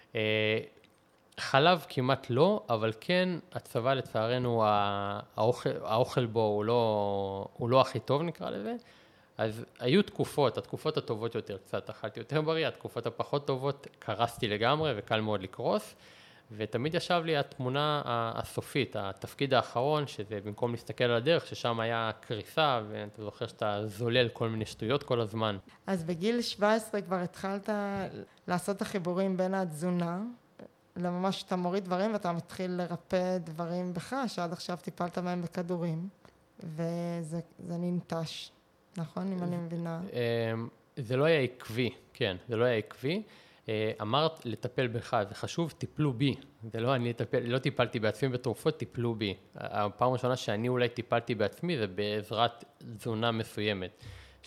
A: חלב כמעט לא, אבל כן הצבא לצערנו האוכל בו הוא לא הכי טוב נקרא לזה, אז היו תקופות, התקופות הטובות יותר קצת אכלתי יותר בריא, התקופות הפחות טובות קרסתי לגמרי וקל מאוד לקרוס, ותמיד ישב לי התמונה הסופית, התפקיד האחרון, שזה במקום להסתכל על הדרך, ששם היה קריסה, ואתה זוכר שאתה זולל כל מיני שטויות כל הזמן.
B: אז בגיל 17 כבר התחלת לעשות את החיבורים בין התזונה, לממש אתה מוריד דברים ואתה מתחיל לרפא דברים בך, שעד עכשיו טיפלת מהם בכדורים, וזה ננטש, נכון? אם אני מבינה.
A: זה לא היה עקבי, כן, זה לא היה עקבי. אמרת לטפל בך, זה חשוב, טיפלו בי. זה לא אני לא טיפלתי בעצמי בתרופות, טיפלו בי. הפעם הראשונה שאני אולי טיפלתי בעצמי זה בעזרת תזונה מסוימת.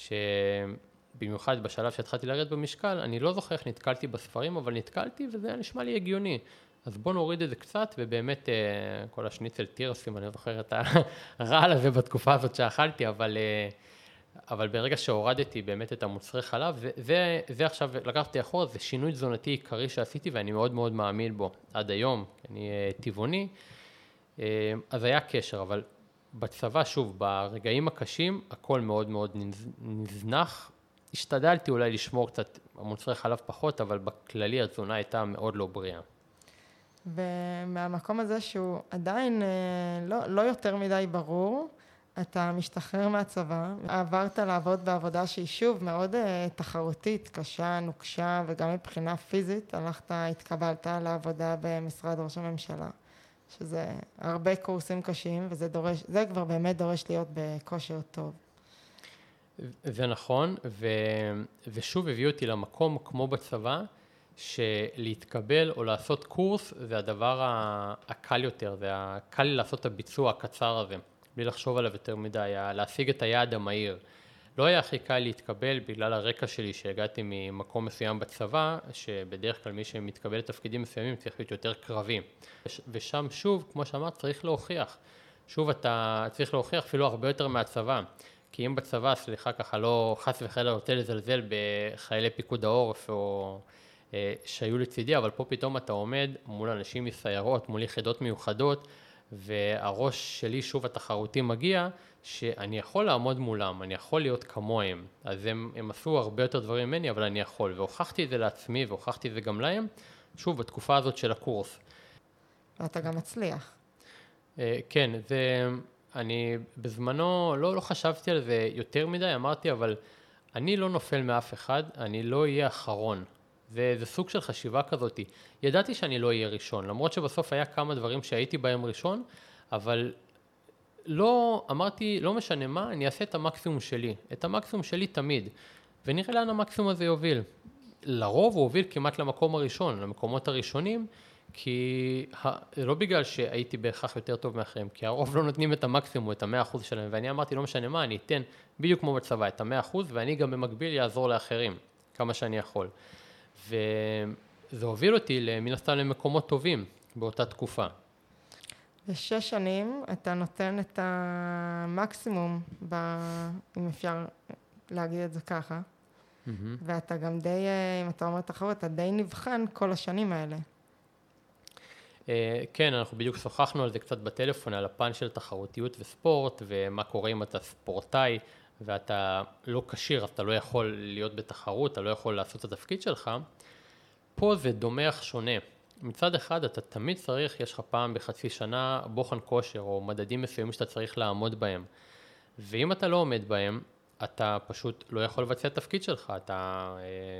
A: שבמיוחד בשלב שהתחלתי לרדת במשקל, אני לא זוכר איך נתקלתי בספרים, אבל נתקלתי וזה היה נשמע לי הגיוני. אז בוא נוריד את זה קצת, ובאמת כל השניצל טירסים, אני לא זוכר את הרעל הזה בתקופה הזאת שאכלתי, אבל ברגע שהורדתי באמת את המוצרי חלב, זה עכשיו לקחתי אחורה, זה שינוי תזונתי עיקרי שעשיתי, ואני מאוד מאוד מאמין בו עד היום, אני טבעוני, אז היה קשר, אבל בצבא, שוב, ברגעים הקשים, הכל מאוד מאוד נזנח, השתדלתי אולי לשמור קצת המוצרי חלב פחות, אבל בכללי התזונה הייתה מאוד לא בריאה.
B: ומהמקום הזה שהוא עדיין לא יותר מדי ברור, אתה משתחרר מהצבא, עברת לעבוד בעבודה שהיא שוב מאוד תחרותית, קשה, נוקשה, וגם מבחינה פיזית, התקבלת לעבודה במשרד ראש הממשלה, שזה הרבה קורסים קשים, זה כבר באמת דורש להיות בכושר טוב.
A: זה נכון, ושוב הביא אותי למקום כמו בצבא, שלהתקבל או לעשות קורס זה הדבר הקל יותר, זה הקל לי לעשות את הביצוע הקצר הזה. בלי לחשוב עליו יותר מדי, להשיג את היעד המהיר. לא היה הכי קל להתקבל בגלל הרקע שלי שהגעתי ממקום מסוים בצבא, שבדרך כלל מי שמתקבל לתפקידים מסוימים צריך להיות יותר קרבי. ושם שוב, כמו שאמרת, צריך להוכיח. שוב אתה צריך להוכיח אפילו הרבה יותר מהצבא. כי אם בצבא, סליחה ככה, לא חס וחלילה רוצה לזלזל בחיילי פיקוד העורף או שהיו לצידי, אבל פה פתאום אתה עומד מול אנשים מסיירות, מול יחידות מיוחדות, והראש שלי שוב התחרותי מגיע, שאני יכול לעמוד מולם, אני יכול להיות כמוהם, אז הם עשו הרבה יותר דברים ממני, אבל אני יכול, והוכחתי את זה לעצמי, והוכחתי את זה גם להם, שוב, בתקופה הזאת של הקורס.
B: ואתה גם מצליח.
A: כן, אני בזמנו לא חשבתי על זה יותר מדי, אמרתי, אבל אני לא נופל מאף אחד, אני לא אהיה אחרון. זה סוג של חשיבה כזאת. ידעתי שאני לא אהיה ראשון, למרות שבסוף היה כמה דברים שהייתי בהם ראשון, אבל אמרתי, לא משנה מה, אני אעשה את המקסימום שלי. את המקסימום שלי תמיד. ונראה לאן המקסימום הזה יוביל. לרוב הוא הוביל כמעט למקום הראשון, למקומות הראשונים, כי לא בגלל שהייתי בהכרח יותר טוב מאחרים, כי הרוב לא נותנים את המקסימום, את 100% שלהם, ואני אמרתי, לא משנה מה, אני אתן בדיוק כמו בצבא, את 100%, ואני גם במקביל יעזור לאחרים, כמה שאני יכול. וזה הוביל אותי מן הסתם למקומות טובים באותה תקופה.
B: 6 שנים אתה נותן את המקסימום, אם אפשר להגיד את זה ככה, ואתה גם די, אם אתה אומר תחרות, אתה די נבחן כל השנים האלה.
A: כן, אנחנו בדיוק שוחחנו על זה קצת בטלפון, על הפן של תחרותיות וספורט, ומה קורה אם אתה ספורטאי, ואתה לא כשיר, אתה לא יכול להיות בתחרות, אתה לא יכול לעשות את התפקיד שלך. פה זה דומה אך שונה. מצד אחד אתה תמיד צריך, יש לך פעם בחצי שנה בוחן כושר או מדדים מסוימים שאתה צריך לעמוד בהם. ואם אתה לא עומד בהם, אתה פשוט לא יכול לבצע את התפקיד שלך. אתה,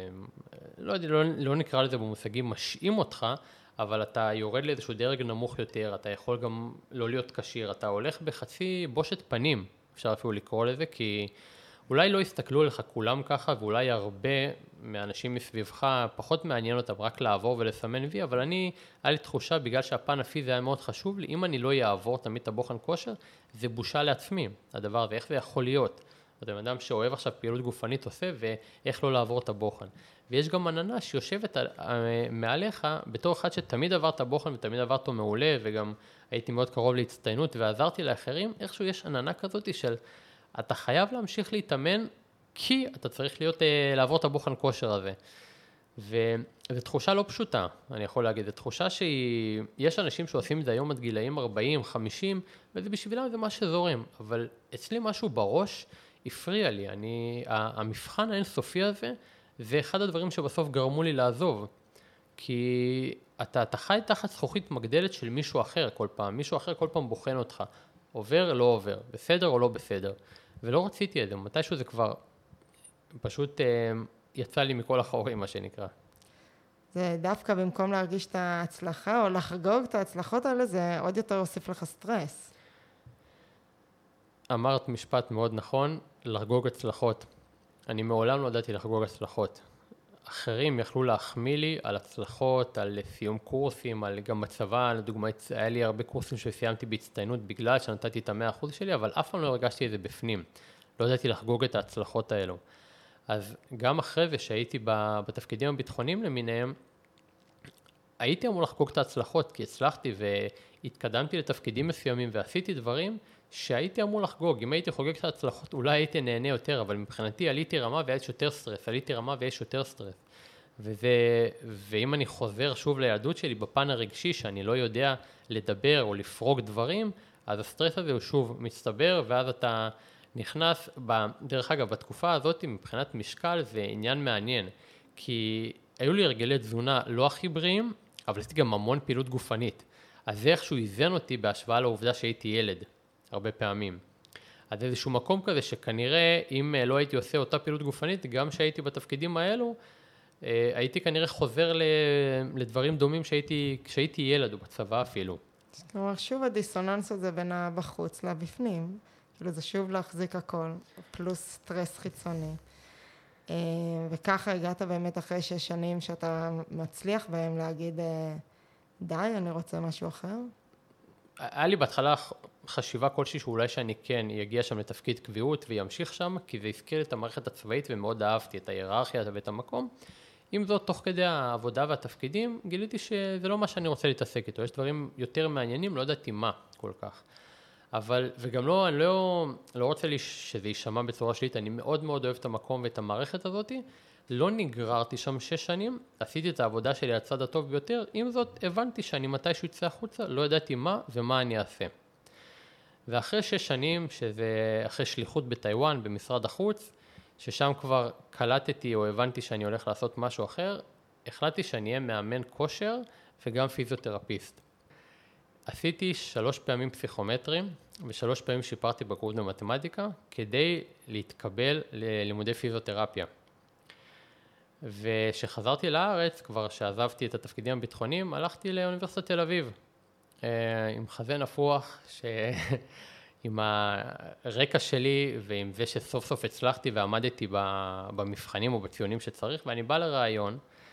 A: לא נקרא לזה במושגים, משאים אותך, אבל אתה יורד לאיזשהו דרג נמוך יותר, אתה יכול גם לא להיות כשיר, אתה הולך בחצי בושת פנים, אפשר אפילו לקרוא לזה, כי אולי לא יסתכלו לך כולם ככה, ואולי הרבה מהאנשים מסביבך פחות מעניין אותם רק לעבור ולסמן וי, אבל היה לי תחושה, בגלל שהפן הפיזי היה מאוד חשוב לי, אם אני לא יעבור תמיד את הבוחן כושר, זה בושה לעצמי, הדבר הזה, איך זה יכול להיות? אתה אדם שאוהב עכשיו פעילות גופנית עושה, ואיך לא לעבור את הבוחן. ויש גם עננה שיושבת מעליך, בתור אחד שתמיד עבר את הבוחן ותמיד עבר אותו מעולה, וגם הייתי מאוד קרוב להצטיינות ועזרתי לאחרים, איכשהו יש עננה כזאת של אתה חייב להמשיך להתאמן, כי אתה צריך לעבור את הבוחן כושר הזה. וזו תחושה לא פשוטה, אני יכול להגיד, זו תחושה שיש אנשים שעושים את זה היום עד גילאים 40, 50, וזה בשבילם זה מה שזורם, אבל אצלי משהו בראש הפריע לי, המבחן האינסופי הזה, זה אחד הדברים שבסוף גרמו לי לעזוב, כי אתה חי תחת זכוכית מגדלת של מישהו אחר כל פעם, מישהו אחר כל פעם בוחן אותך, עובר, לא עובר, בסדר או לא בסדר, ולא רציתי את זה, מתישהו זה כבר פשוט יצא לי מכל החורים, מה שנקרא.
B: זה דווקא במקום להרגיש את ההצלחה או לחגוג את ההצלחות האלה, זה עוד יותר הוסיף לך סטרס.
A: אמרת משפט מאוד נכון, לחגוג הצלחות. אני מעולם לא ידעתי לחגוג הצלחות. אחרים יכלו להחמיא לי על הצלחות, על סיום קורסים, על גם בצבא, לדוגמה, היה לי הרבה קורסים שסיימתי בהצטיינות בגלל שנתתי את ה-100% שלי, אבל אף פעם לא הרגשתי את זה בפנים. לא ידעתי לחגוג את ההצלחות האלו. אז גם אחרי זה שהייתי בתפקידים הביטחוניים למיניהם, הייתי אמור לחגוג את ההצלחות, כי הצלחתי והתקדמתי לתפקידים מסוימים ועשיתי דברים שהייתי אמור לחגוג. אם הייתי חוגג את ההצלחות, אולי הייתי נהנה יותר, אבל מבחינתי עליתי רמה ויש יותר סטרס, עליתי רמה ויש יותר סטרס. ואם אני חוזר שוב ליהדות שלי בפן הרגשי, שאני לא יודע לדבר או לפרוג דברים, אז הסטרס הזה הוא שוב מצטבר, ואז אתה נכנס, דרך אגב, בתקופה הזאת, מבחינת משקל, זה עניין מעניין, כי היו לי הרגלי תזונה לא הכי בריאים, אבל עשיתי גם המון פעילות גופנית. אז זה איכשהו איזן אותי בהשוואה לעובדה שהייתי ילד, הרבה פעמים. אז איזשהו מקום כזה שכנראה אם לא הייתי עושה אותה פעילות גופנית, גם שהייתי בתפקידים האלו, הייתי כנראה חוזר לדברים דומים כשהייתי ילד או בצבא אפילו.
B: כלומר, שוב הדיסוננס הזה בין הבחוץ לבפנים. כאילו זה שוב להחזיק הכל, פלוס סטרס חיצוני. וככה הגעת באמת אחרי 6 שנים שאתה מצליח בהם להגיד, די, אני רוצה משהו אחר?
A: היה לי בהתחלה חשיבה כלשהי שאולי שאני כן יגיע שם לתפקיד קביעות וימשיך שם, כי זה הזכיר את המערכת הצבאית ומאוד אהבתי את ההיררכיה ואת המקום. עם זאת, תוך כדי העבודה והתפקידים, גיליתי שזה לא מה שאני רוצה להתעסק איתו. יש דברים יותר מעניינים, לא ידעתי מה כל כך. אבל, וגם לא, אני לא רוצה לי שזה יישמע בצורה שלילית, אני מאוד מאוד אוהב את המקום ואת המערכת הזאת. לא נגררתי שם 6 שנים, עשיתי את העבודה שלי הצד הטוב ביותר, עם זאת הבנתי שאני מתישהו יצא החוצה, לא ידעתי מה ומה אני אעשה. ואחרי 6 שנים, שזה אחרי שליחות בטיואן, במשרד החוץ, ששם כבר קלטתי או הבנתי שאני הולך לעשות משהו אחר, החלטתי שאני אהיה מאמן כושר וגם פיזיותרפיסט. עשיתי 3 פעמים פסיכומטרים ו3 פעמים שיפרתי בגרות במתמטיקה כדי להתקבל ללימודי פיזיותרפיה. ושחזרתי לארץ, כבר שעזבתי את התפקידים הביטחוניים, הלכתי לאוניברסיטת תל אביב עם חזה נפוח, עם הרקע שלי ועם זה שסוף סוף הצלחתי ועמדתי במבחנים או בציונים שצריך, ואני בא לרעיון,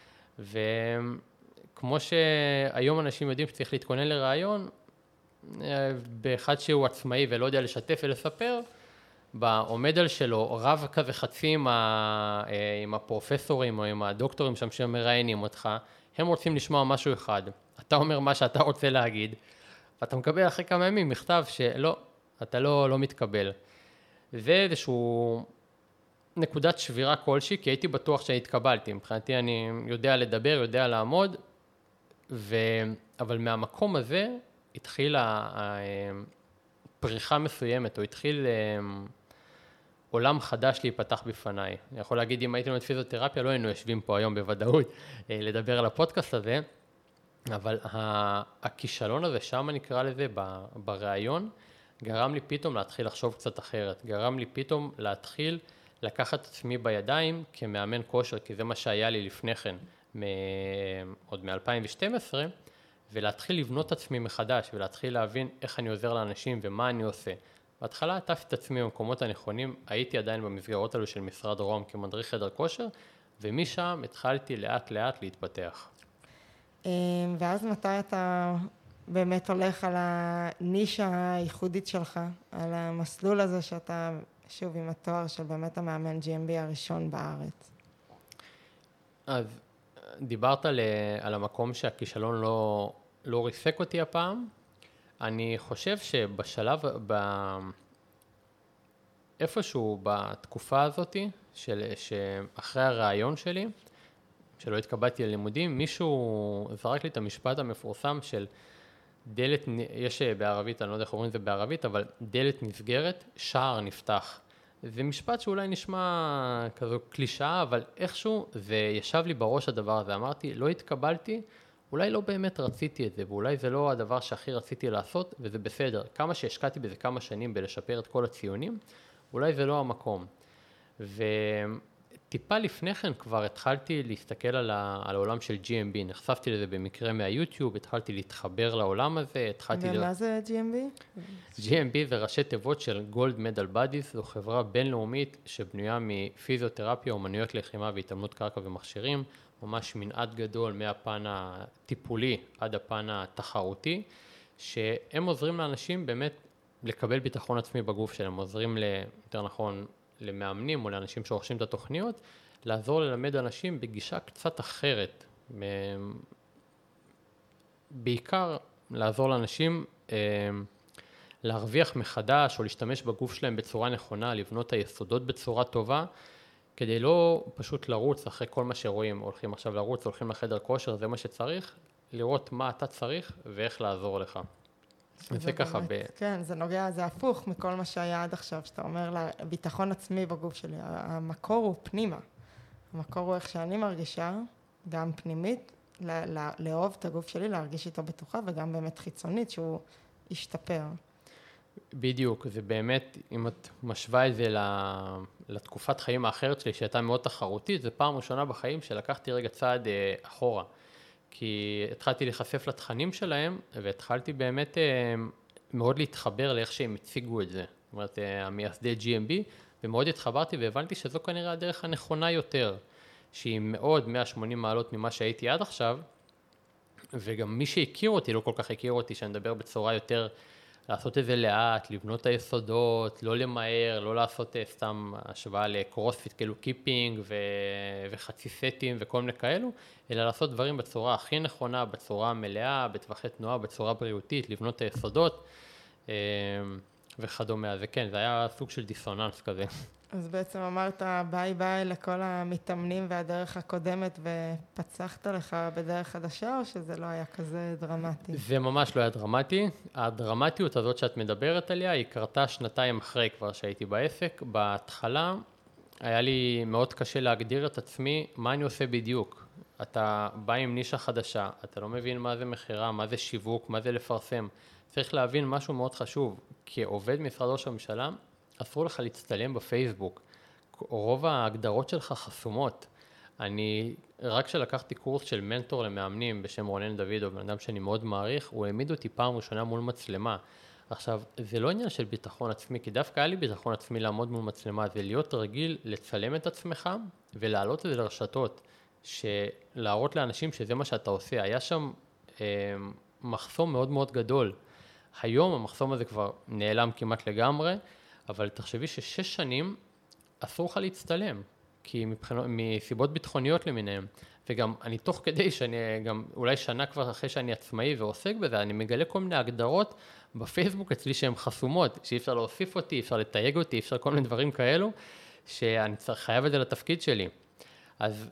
A: וכמו שהיום אנשים יודעים שצריך להתכונן לרעיון, באחד שהוא עצמאי ולא יודע לשתף ולספר, בעומד על שלו, רב כזה חצי עם הפרופסורים או עם הדוקטורים שם שמראיינים אותך, הם רוצים לשמוע משהו אחד. אתה אומר מה שאתה רוצה להגיד, ואתה מקבל אחרי כמה ימים מכתב שלא, אתה לא מתקבל. זה איזשהו נקודת שבירה כלשהי, כי הייתי בטוח שהתקבלתי. מבחינתי אני יודע לדבר, יודע לעמוד, אבל מהמקום הזה התחילה פריחה מסוימת, או התחיל עולם חדש להיפתח בפניי. אני יכול להגיד, אם הייתי לומד פיזיותרפיה, לא היינו יושבים פה היום בוודאות לדבר על הפודקאסט הזה, אבל הכישלון הזה, שם נקרא לזה, ברעיון, גרם לי פתאום להתחיל לחשוב קצת אחרת. גרם לי פתאום להתחיל לקחת את עצמי בידיים כמאמן כושר, כי זה מה שהיה לי לפני כן, עוד מ-2012, ולהתחיל לבנות את עצמי מחדש, ולהתחיל להבין איך אני עוזר לאנשים ומה אני עושה. בהתחלה עטפתי את עצמי במקומות הנכונים, הייתי עדיין במסגרות האלו של משרד רוה"מ כמדריך חדר כושר, ומשם התחלתי לאט לאט להתפתח.
B: ואז מתי אתה באמת הולך על הנישה הייחודית שלך, על המסלול הזה שאתה, שוב, עם התואר של באמת המאמן GMB הראשון בארץ?
A: אז דיברת על המקום שהכישלון לא ריסק אותי הפעם. אני חושב שבשלב, איפשהו בתקופה הזאת, שאחרי הרעיון שלי, שלא התקבלתי ללימודים, מישהו זרק לי את המשפט המפורסם של דלת, יש בערבית, אני לא יודע איך אומרים את זה בערבית, אבל דלת נסגרת, שער נפתח. זה משפט שאולי נשמע כזו קלישאה, אבל איכשהו זה ישב לי בראש הדבר הזה. אמרתי, לא התקבלתי, אולי לא באמת רציתי את זה, ואולי זה לא הדבר שהכי רציתי לעשות, וזה בסדר. כמה שהשקעתי בזה כמה שנים בלשפר את כל הציונים, אולי זה לא המקום. טיפה לפני כן כבר התחלתי להסתכל על העולם של GMB, נחשפתי לזה במקרה מהיוטיוב, התחלתי להתחבר לעולם הזה,
B: ומה זה GMB?
A: GMB זה ראשי תיבות של Gold Medal Buddies, זו חברה בינלאומית שבנויה מפיזיותרפיה, אומנויות לחימה והתאמנות קרקע ומכשירים, ממש מנעד גדול מהפן הטיפולי עד הפן התחרותי, שהם עוזרים לאנשים באמת לקבל ביטחון עצמי בגוף שלהם, עוזרים יותר נכון למאמנים או לאנשים שרוכשים את התוכניות, לעזור ללמד אנשים בגישה קצת אחרת, בעיקר לעזור לאנשים להרוויח מחדש או להשתמש בגוף שלהם בצורה נכונה, לבנות את היסודות בצורה טובה, כדי לא פשוט לרוץ אחרי כל מה שרואים, הולכים עכשיו לרוץ, הולכים לחדר כושר, זה מה שצריך, לראות מה אתה צריך ואיך לעזור לך. זה ככה
B: כן, זה נוגע, זה הפוך מכל מה שהיה עד עכשיו, שאתה אומר ביטחון עצמי בגוף שלי, המקור הוא פנימה, המקור הוא איך שאני מרגישה, גם פנימית, לאהוב את הגוף שלי, להרגיש איתו בטוחה, וגם באמת חיצונית שהוא ישתפר.
A: בדיוק, זה באמת, אם את משווה את זה לתקופת חיים האחרת שלי, שהייתה מאוד תחרותית, זה פעם ראשונה בחיים שלקחתי רגע צעד אחורה, כי התחלתי להיחשף לתכנים שלהם, והתחלתי באמת מאוד להתחבר לאיך שהם הציגו את זה, זאת אומרת, המייסדי GMB, ומאוד התחברתי והבנתי שזו כנראה הדרך הנכונה יותר, שהיא מאוד 180 מעלות ממה שהייתי עד עכשיו, וגם מי שהכיר אותי, לא כל כך הכיר אותי, שאני מדבר בצורה יותר, לעשות את זה לאט, לבנות את היסודות, לא למהר, לא לעשות סתם השוואה לקרוספיט, כאילו קיפינג וחצי סטים וכל מיני כאלו, אלא לעשות דברים בצורה הכי נכונה, בצורה מלאה, בטווחי תנועה, בצורה בריאותית, לבנות את היסודות וכדומה. וכן, זה היה סוג של דיסוננס כזה.
B: אז בעצם אמרת ביי ביי לכל המתאמנים והדרך הקודמת ופצחת לך בדרך חדשה, או שזה לא היה כזה דרמטי?
A: זה ממש לא היה דרמטי. הדרמטיות הזאת שאת מדברת עליה היא קרתה שנתיים אחרי כבר שהייתי בעסק. בהתחלה היה לי מאוד קשה להגדיר את עצמי מה אני עושה בדיוק. אתה בא עם נישה חדשה, אתה לא מבין מה זה מחירה, מה זה שיווק, מה זה לפרסם. צריך להבין משהו מאוד חשוב, כעובד משרד ראש הממשלה, אסור לך להצטלם בפייסבוק, רוב ההגדרות שלך חסומות. אני, רק שלקחתי קורס של מנטור למאמנים בשם רונן דוידוב, בן אדם שאני מאוד מעריך, הוא העמיד אותי פעם ראשונה מול מצלמה. עכשיו, זה לא עניין של ביטחון עצמי, כי דווקא היה לי ביטחון עצמי לעמוד מול מצלמה, זה להיות רגיל לצלם את עצמך ולהעלות את זה לרשתות, להראות לאנשים שזה מה שאתה עושה. היה שם מחסום מאוד מאוד גדול. היום המחסום הזה כבר נעלם כמעט לגמרי, אבל תחשבי ש6 שנים אסור לך להצטלם, כי מסיבות ביטחוניות למיניהם, וגם אני תוך כדי שאני גם אולי שנה כבר אחרי שאני עצמאי ועוסק בזה, אני מגלה כל מיני הגדרות בפייסבוק אצלי שהן חסומות, שאי אפשר להוסיף אותי, אי אפשר לתייג אותי, אי אפשר כל מיני דברים כאלו, שאני חייב את זה לתפקיד שלי. אז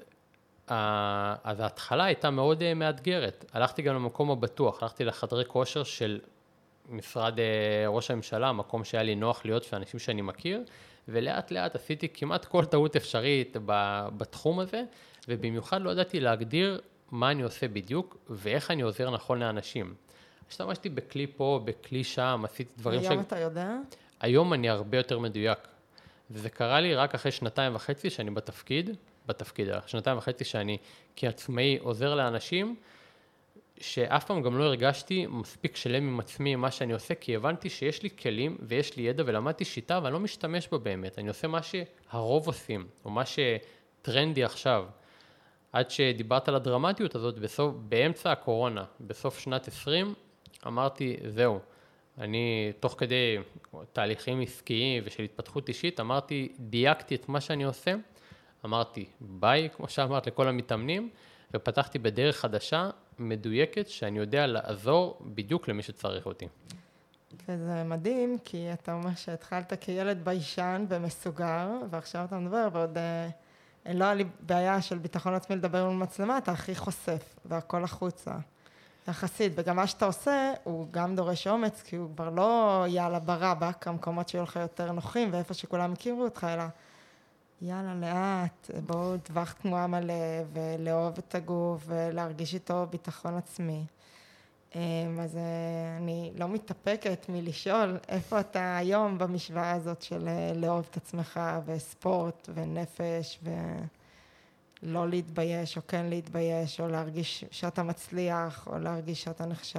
A: ההתחלה הייתה מאוד מאתגרת. הלכתי גם למקום הבטוח, הלכתי לחדרי כושר של משרד ראש הממשלה, מקום שהיה לי נוח להיות ואנשים שאני מכיר, ולאט לאט עשיתי כמעט כל טעות אפשרית בתחום הזה, ובמיוחד לא ידעתי להגדיר מה אני עושה בדיוק, ואיך אני עוזר נכון לאנשים. השתמשתי בכלי פה, בכלי שם, עשיתי דברים
B: היום אתה יודע?
A: היום אני הרבה יותר מדויק, וזה קרה לי רק אחרי 2.5 שאני בתפקיד, 2.5 שאני כעצמאי עוזר לאנשים, שאף פעם גם לא הרגשתי מספיק שלם עם עצמי מה שאני עושה, כי הבנתי שיש לי כלים ויש לי ידע ולמדתי שיטה, אבל אני לא משתמש בה באמת. אני עושה מה שהרוב עושים, או מה שטרנדי עכשיו. עד שדיברת על הדרמטיות הזאת, באמצע הקורונה, בסוף שנת 20, אמרתי, זהו, אני תוך כדי תהליכים עסקיים ושל התפתחות אישית, אמרתי, דייקתי את מה שאני עושה, אמרתי, ביי, כמו שאמרת, לכל המתאמנים, ופתחתי בדרך חדשה, מדויקת, שאני יודע לעזור בדיוק למי שצריך אותי.
B: וזה מדהים, כי אתה אומר שהתחלת כילד ביישן ומסוגר, ועכשיו אתה מדבר, ועוד לא היה לי בעיה של ביטחון עצמי לדבר מול מצלמה, אתה הכי חושף, והכל החוצה. יחסית, וגם מה שאתה עושה, הוא גם דורש אומץ, כי הוא כבר לא יאללה ברבק, המקומות שיהיו לך יותר נוחים, ואיפה שכולם הכירו אותך, אלא יאללה, לאט, בואו טווח תנועה מלא, ולאהוב את הגוף, ולהרגיש איתו ביטחון עצמי. אז אני לא מתאפקת מלשאול איפה אתה היום במשוואה הזאת של לאהוב את עצמך וספורט ונפש ולא להתבייש או כן להתבייש או להרגיש שאתה מצליח או להרגיש שאתה נכשל.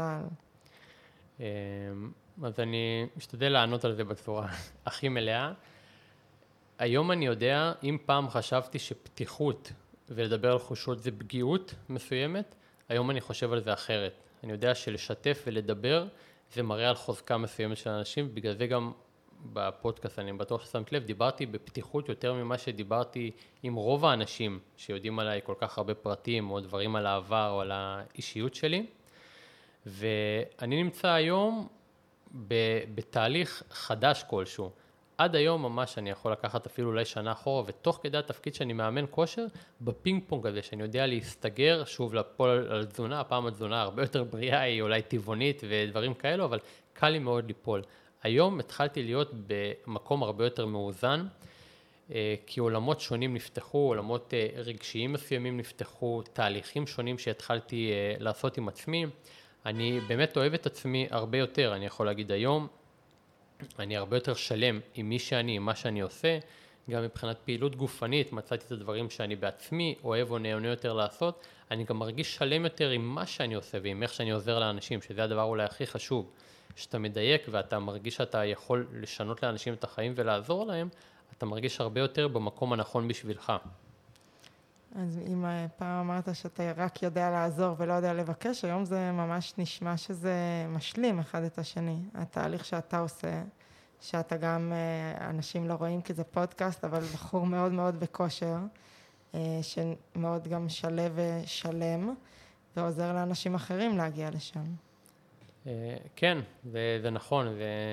A: אז אני משתדל לענות על זה בצורה הכי מלאה. היום אני יודע, אם פעם חשבתי שפתיחות ולדבר על חושות זה פגיעות מסוימת, היום אני חושב על זה אחרת. אני יודע שלשתף ולדבר זה מראה על חוזקה מסוימת של אנשים, בגלל זה גם בפודקאסט, אני בטוח ששמת לב, דיברתי בפתיחות יותר ממה שדיברתי עם רוב האנשים שיודעים עליי כל כך הרבה פרטים או דברים על העבר או על האישיות שלי. ואני נמצא היום בתהליך חדש כלשהו. עד היום ממש אני יכול לקחת אפילו אולי שנה אחורה, ותוך כדי התפקיד שאני מאמן כושר, בפינג פונג הזה, שאני יודע להסתגר, שוב לפול על תזונה, הפעם התזונה הרבה יותר בריאה, היא אולי טבעונית ודברים כאלו, אבל קל לי מאוד ליפול. היום התחלתי להיות במקום הרבה יותר מאוזן, כי עולמות שונים נפתחו, עולמות רגשיים מסוימים נפתחו, תהליכים שונים שהתחלתי לעשות עם עצמי. אני באמת אוהב את עצמי הרבה יותר, אני יכול להגיד היום, אני הרבה יותר שלם עם מי שאני, עם מה שאני עושה, גם מבחינת פעילות גופנית, מצאתי את הדברים שאני בעצמי אוהב או נהנה יותר לעשות, אני גם מרגיש שלם יותר עם מה שאני עושה ועם איך שאני עוזר לאנשים, שזה הדבר אולי הכי חשוב, שאתה מדייק ואתה מרגיש שאתה יכול לשנות לאנשים את החיים ולעזור להם, אתה מרגיש הרבה יותר במקום הנכון בשבילך.
B: אז אם פעם אמרת שאתה רק יודע לעזור ולא יודע לבקש, היום זה ממש נשמע שזה משלים אחד את השני. התהליך שאתה עושה, שאתה גם, אנשים לא רואים כי זה פודקאסט, אבל בחור מאוד מאוד בכושר, שמאוד גם שלב ושלם, ועוזר לאנשים אחרים להגיע לשם.
A: כן, זה נכון,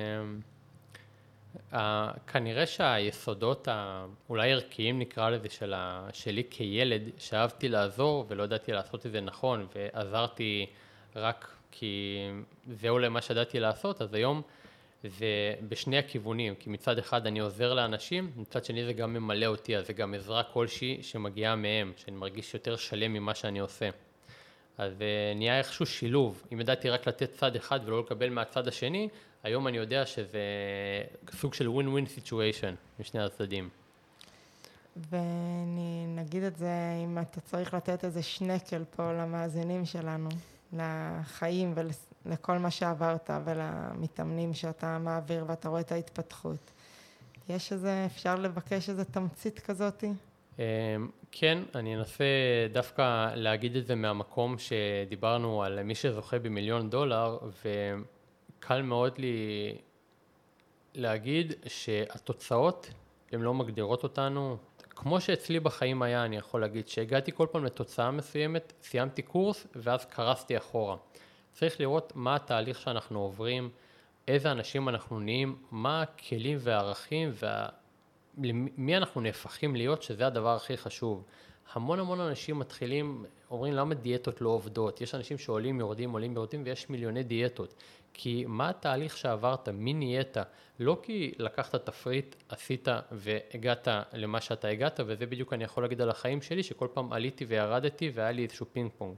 A: כנראה שהיסודות אולי ערכיים נקרא לזה שלי כילד, שאהבתי לעזור ולא ידעתי לעשות את זה נכון, ועזרתי רק כי זה אולי מה שידעתי לעשות, אז היום זה בשני הכיוונים, כי מצד אחד אני עוזר לאנשים, מצד שני זה גם ממלא אותי, אז זה גם עזרה כלשהי שמגיעה מהם, שאני מרגיש יותר שלם ממה שאני עושה. אז נהיה איכשהו שילוב, אם ידעתי רק לתת צד אחד ולא לקבל מהצד השני, היום אני יודע שזה סוג של win-win situation משני הצדדים.
B: ונגיד את זה, אם אתה צריך לתת איזה שנקל פה למאזינים שלנו, לחיים ולכל מה שעברת ולמתאמנים שאתה מעביר ואתה רואה את ההתפתחות. יש איזה, אפשר לבקש איזה תמצית כזאת?
A: כן, אני אנסה דווקא להגיד את זה מהמקום שדיברנו על מי שזוכה ב$1,000,000, וקל מאוד לי להגיד שהתוצאות הן לא מגדירות אותנו. כמו שאצלי בחיים היה, אני יכול להגיד שהגעתי כל פעם לתוצאה מסוימת, סיימתי קורס ואז קרסתי אחורה. צריך לראות מה התהליך שאנחנו עוברים, איזה אנשים אנחנו נהיים, מה הכלים והערכים מי אנחנו נהפכים להיות, שזה הדבר הכי חשוב. המון אנשים מתחילים, אומרים למה דיאטות לא עובדות, יש אנשים שעולים, יורדים, ויש מיליוני דיאטות. כי מה התהליך שעברת, מי נהיית? לא כי לקחת תפריט, עשית והגעת למה שאתה הגעת, וזה בדיוק אני יכול להגיד על החיים שלי, שכל פעם עליתי וירדתי והיה לי איזשהו פינג פונג.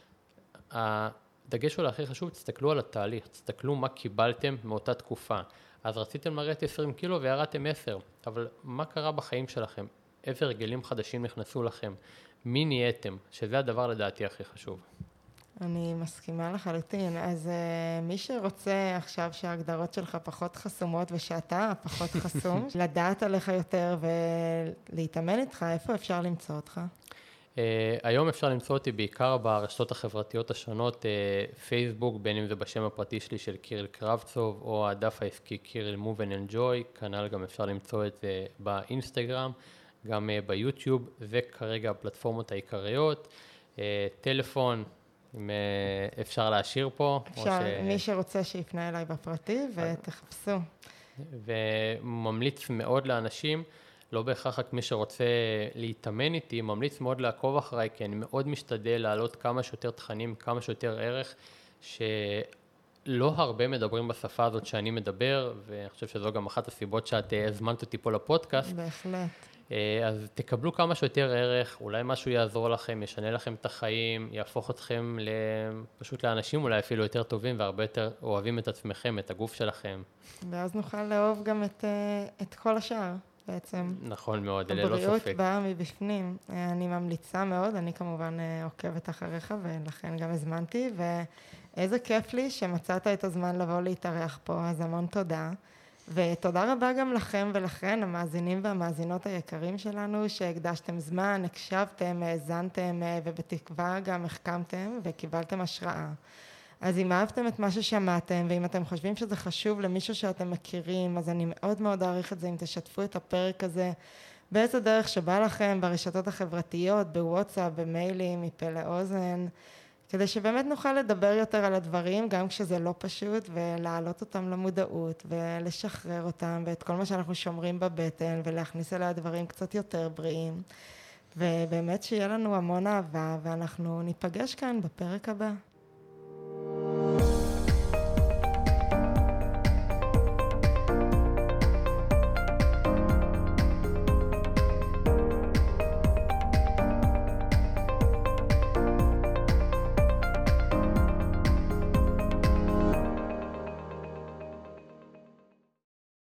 A: הדגש אולי הכי חשוב, תסתכלו על התהליך, תסתכלו מה קיבלתם מאותה תקופה. אז רציתם לרדת 20 קילו וירדתם 10, אבל מה קרה בחיים שלכם? איזה רגלים חדשים נכנסו לכם? מי נהייתם? שזה הדבר לדעתי הכי חשוב.
B: אני מסכימה לחלוטין. אז מי שרוצה עכשיו שההגדרות שלך פחות חסומות ושאתה פחות חסום, לדעת עליך יותר ולהתאמן איתך, איפה אפשר למצוא אותך?
A: היום אפשר למצוא אותי בעיקר ברשתות החברתיות השונות, פייסבוק, בין אם זה בשם הפרטי שלי של קיריל קרבצוב, או הדף העסקי קיריל Move and Enjoy, כנ"ל גם אפשר למצוא את זה באינסטגרם, גם ביוטיוב, וכרגע הפלטפורמות העיקריות, טלפון, אם אפשר להשאיר פה.
B: אפשר, מי שרוצה שיפנה אליי בפרטי ותחפשו.
A: וממליץ מאוד לאנשים, לא בהכרח רק מי שרוצה להתאמן איתי, ממליץ מאוד לעקוב אחריי, כי אני מאוד משתדל להעלות כמה שיותר תכנים, כמה שיותר ערך, שלא הרבה מדברים בשפה הזאת שאני מדבר, ואני חושב שזו גם אחת הסיבות שאת הזמנת אותי פה לפודקאסט.
B: בהחלט.
A: אז תקבלו כמה שיותר ערך, אולי משהו יעזור לכם, ישנה לכם את החיים, יהפוך אתכם פשוט לאנשים אולי אפילו יותר טובים והרבה יותר אוהבים את עצמכם, את הגוף שלכם.
B: ואז נוכל לאהוב גם את כל השאר בעצם.
A: נכון מאוד, ללא ספק.
B: הבריאות באה מבפנים. אני ממליצה מאוד, אני כמובן עוקבת אחריך ולכן גם הזמנתי, ואיזה כיף לי שמצאת את הזמן לבוא להתארח פה, אז המון תודה. ותודה רבה גם לכם ולכן, המאזינים והמאזינות היקרים שלנו, שהקדשתם זמן, הקשבתם, האזנתם, ובתקווה גם החכמתם וקיבלתם השראה. אז אם אהבתם את מה ששמעתם, ואם אתם חושבים שזה חשוב למישהו שאתם מכירים, אז אני מאוד מאוד אעריך את זה אם תשתפו את הפרק הזה באיזה דרך שבא לכם, ברשתות החברתיות, בוואטסאפ, במיילים, מפה לאוזן, כדי שבאמת נוכל לדבר יותר על הדברים, גם כשזה לא פשוט, ולהעלות אותם למודעות, ולשחרר אותם, ואת כל מה שאנחנו שומרים בבטן, ולהכניס אליה דברים קצת יותר בריאים. ובאמת שיהיה לנו המון אהבה, ואנחנו ניפגש כאן בפרק הבא.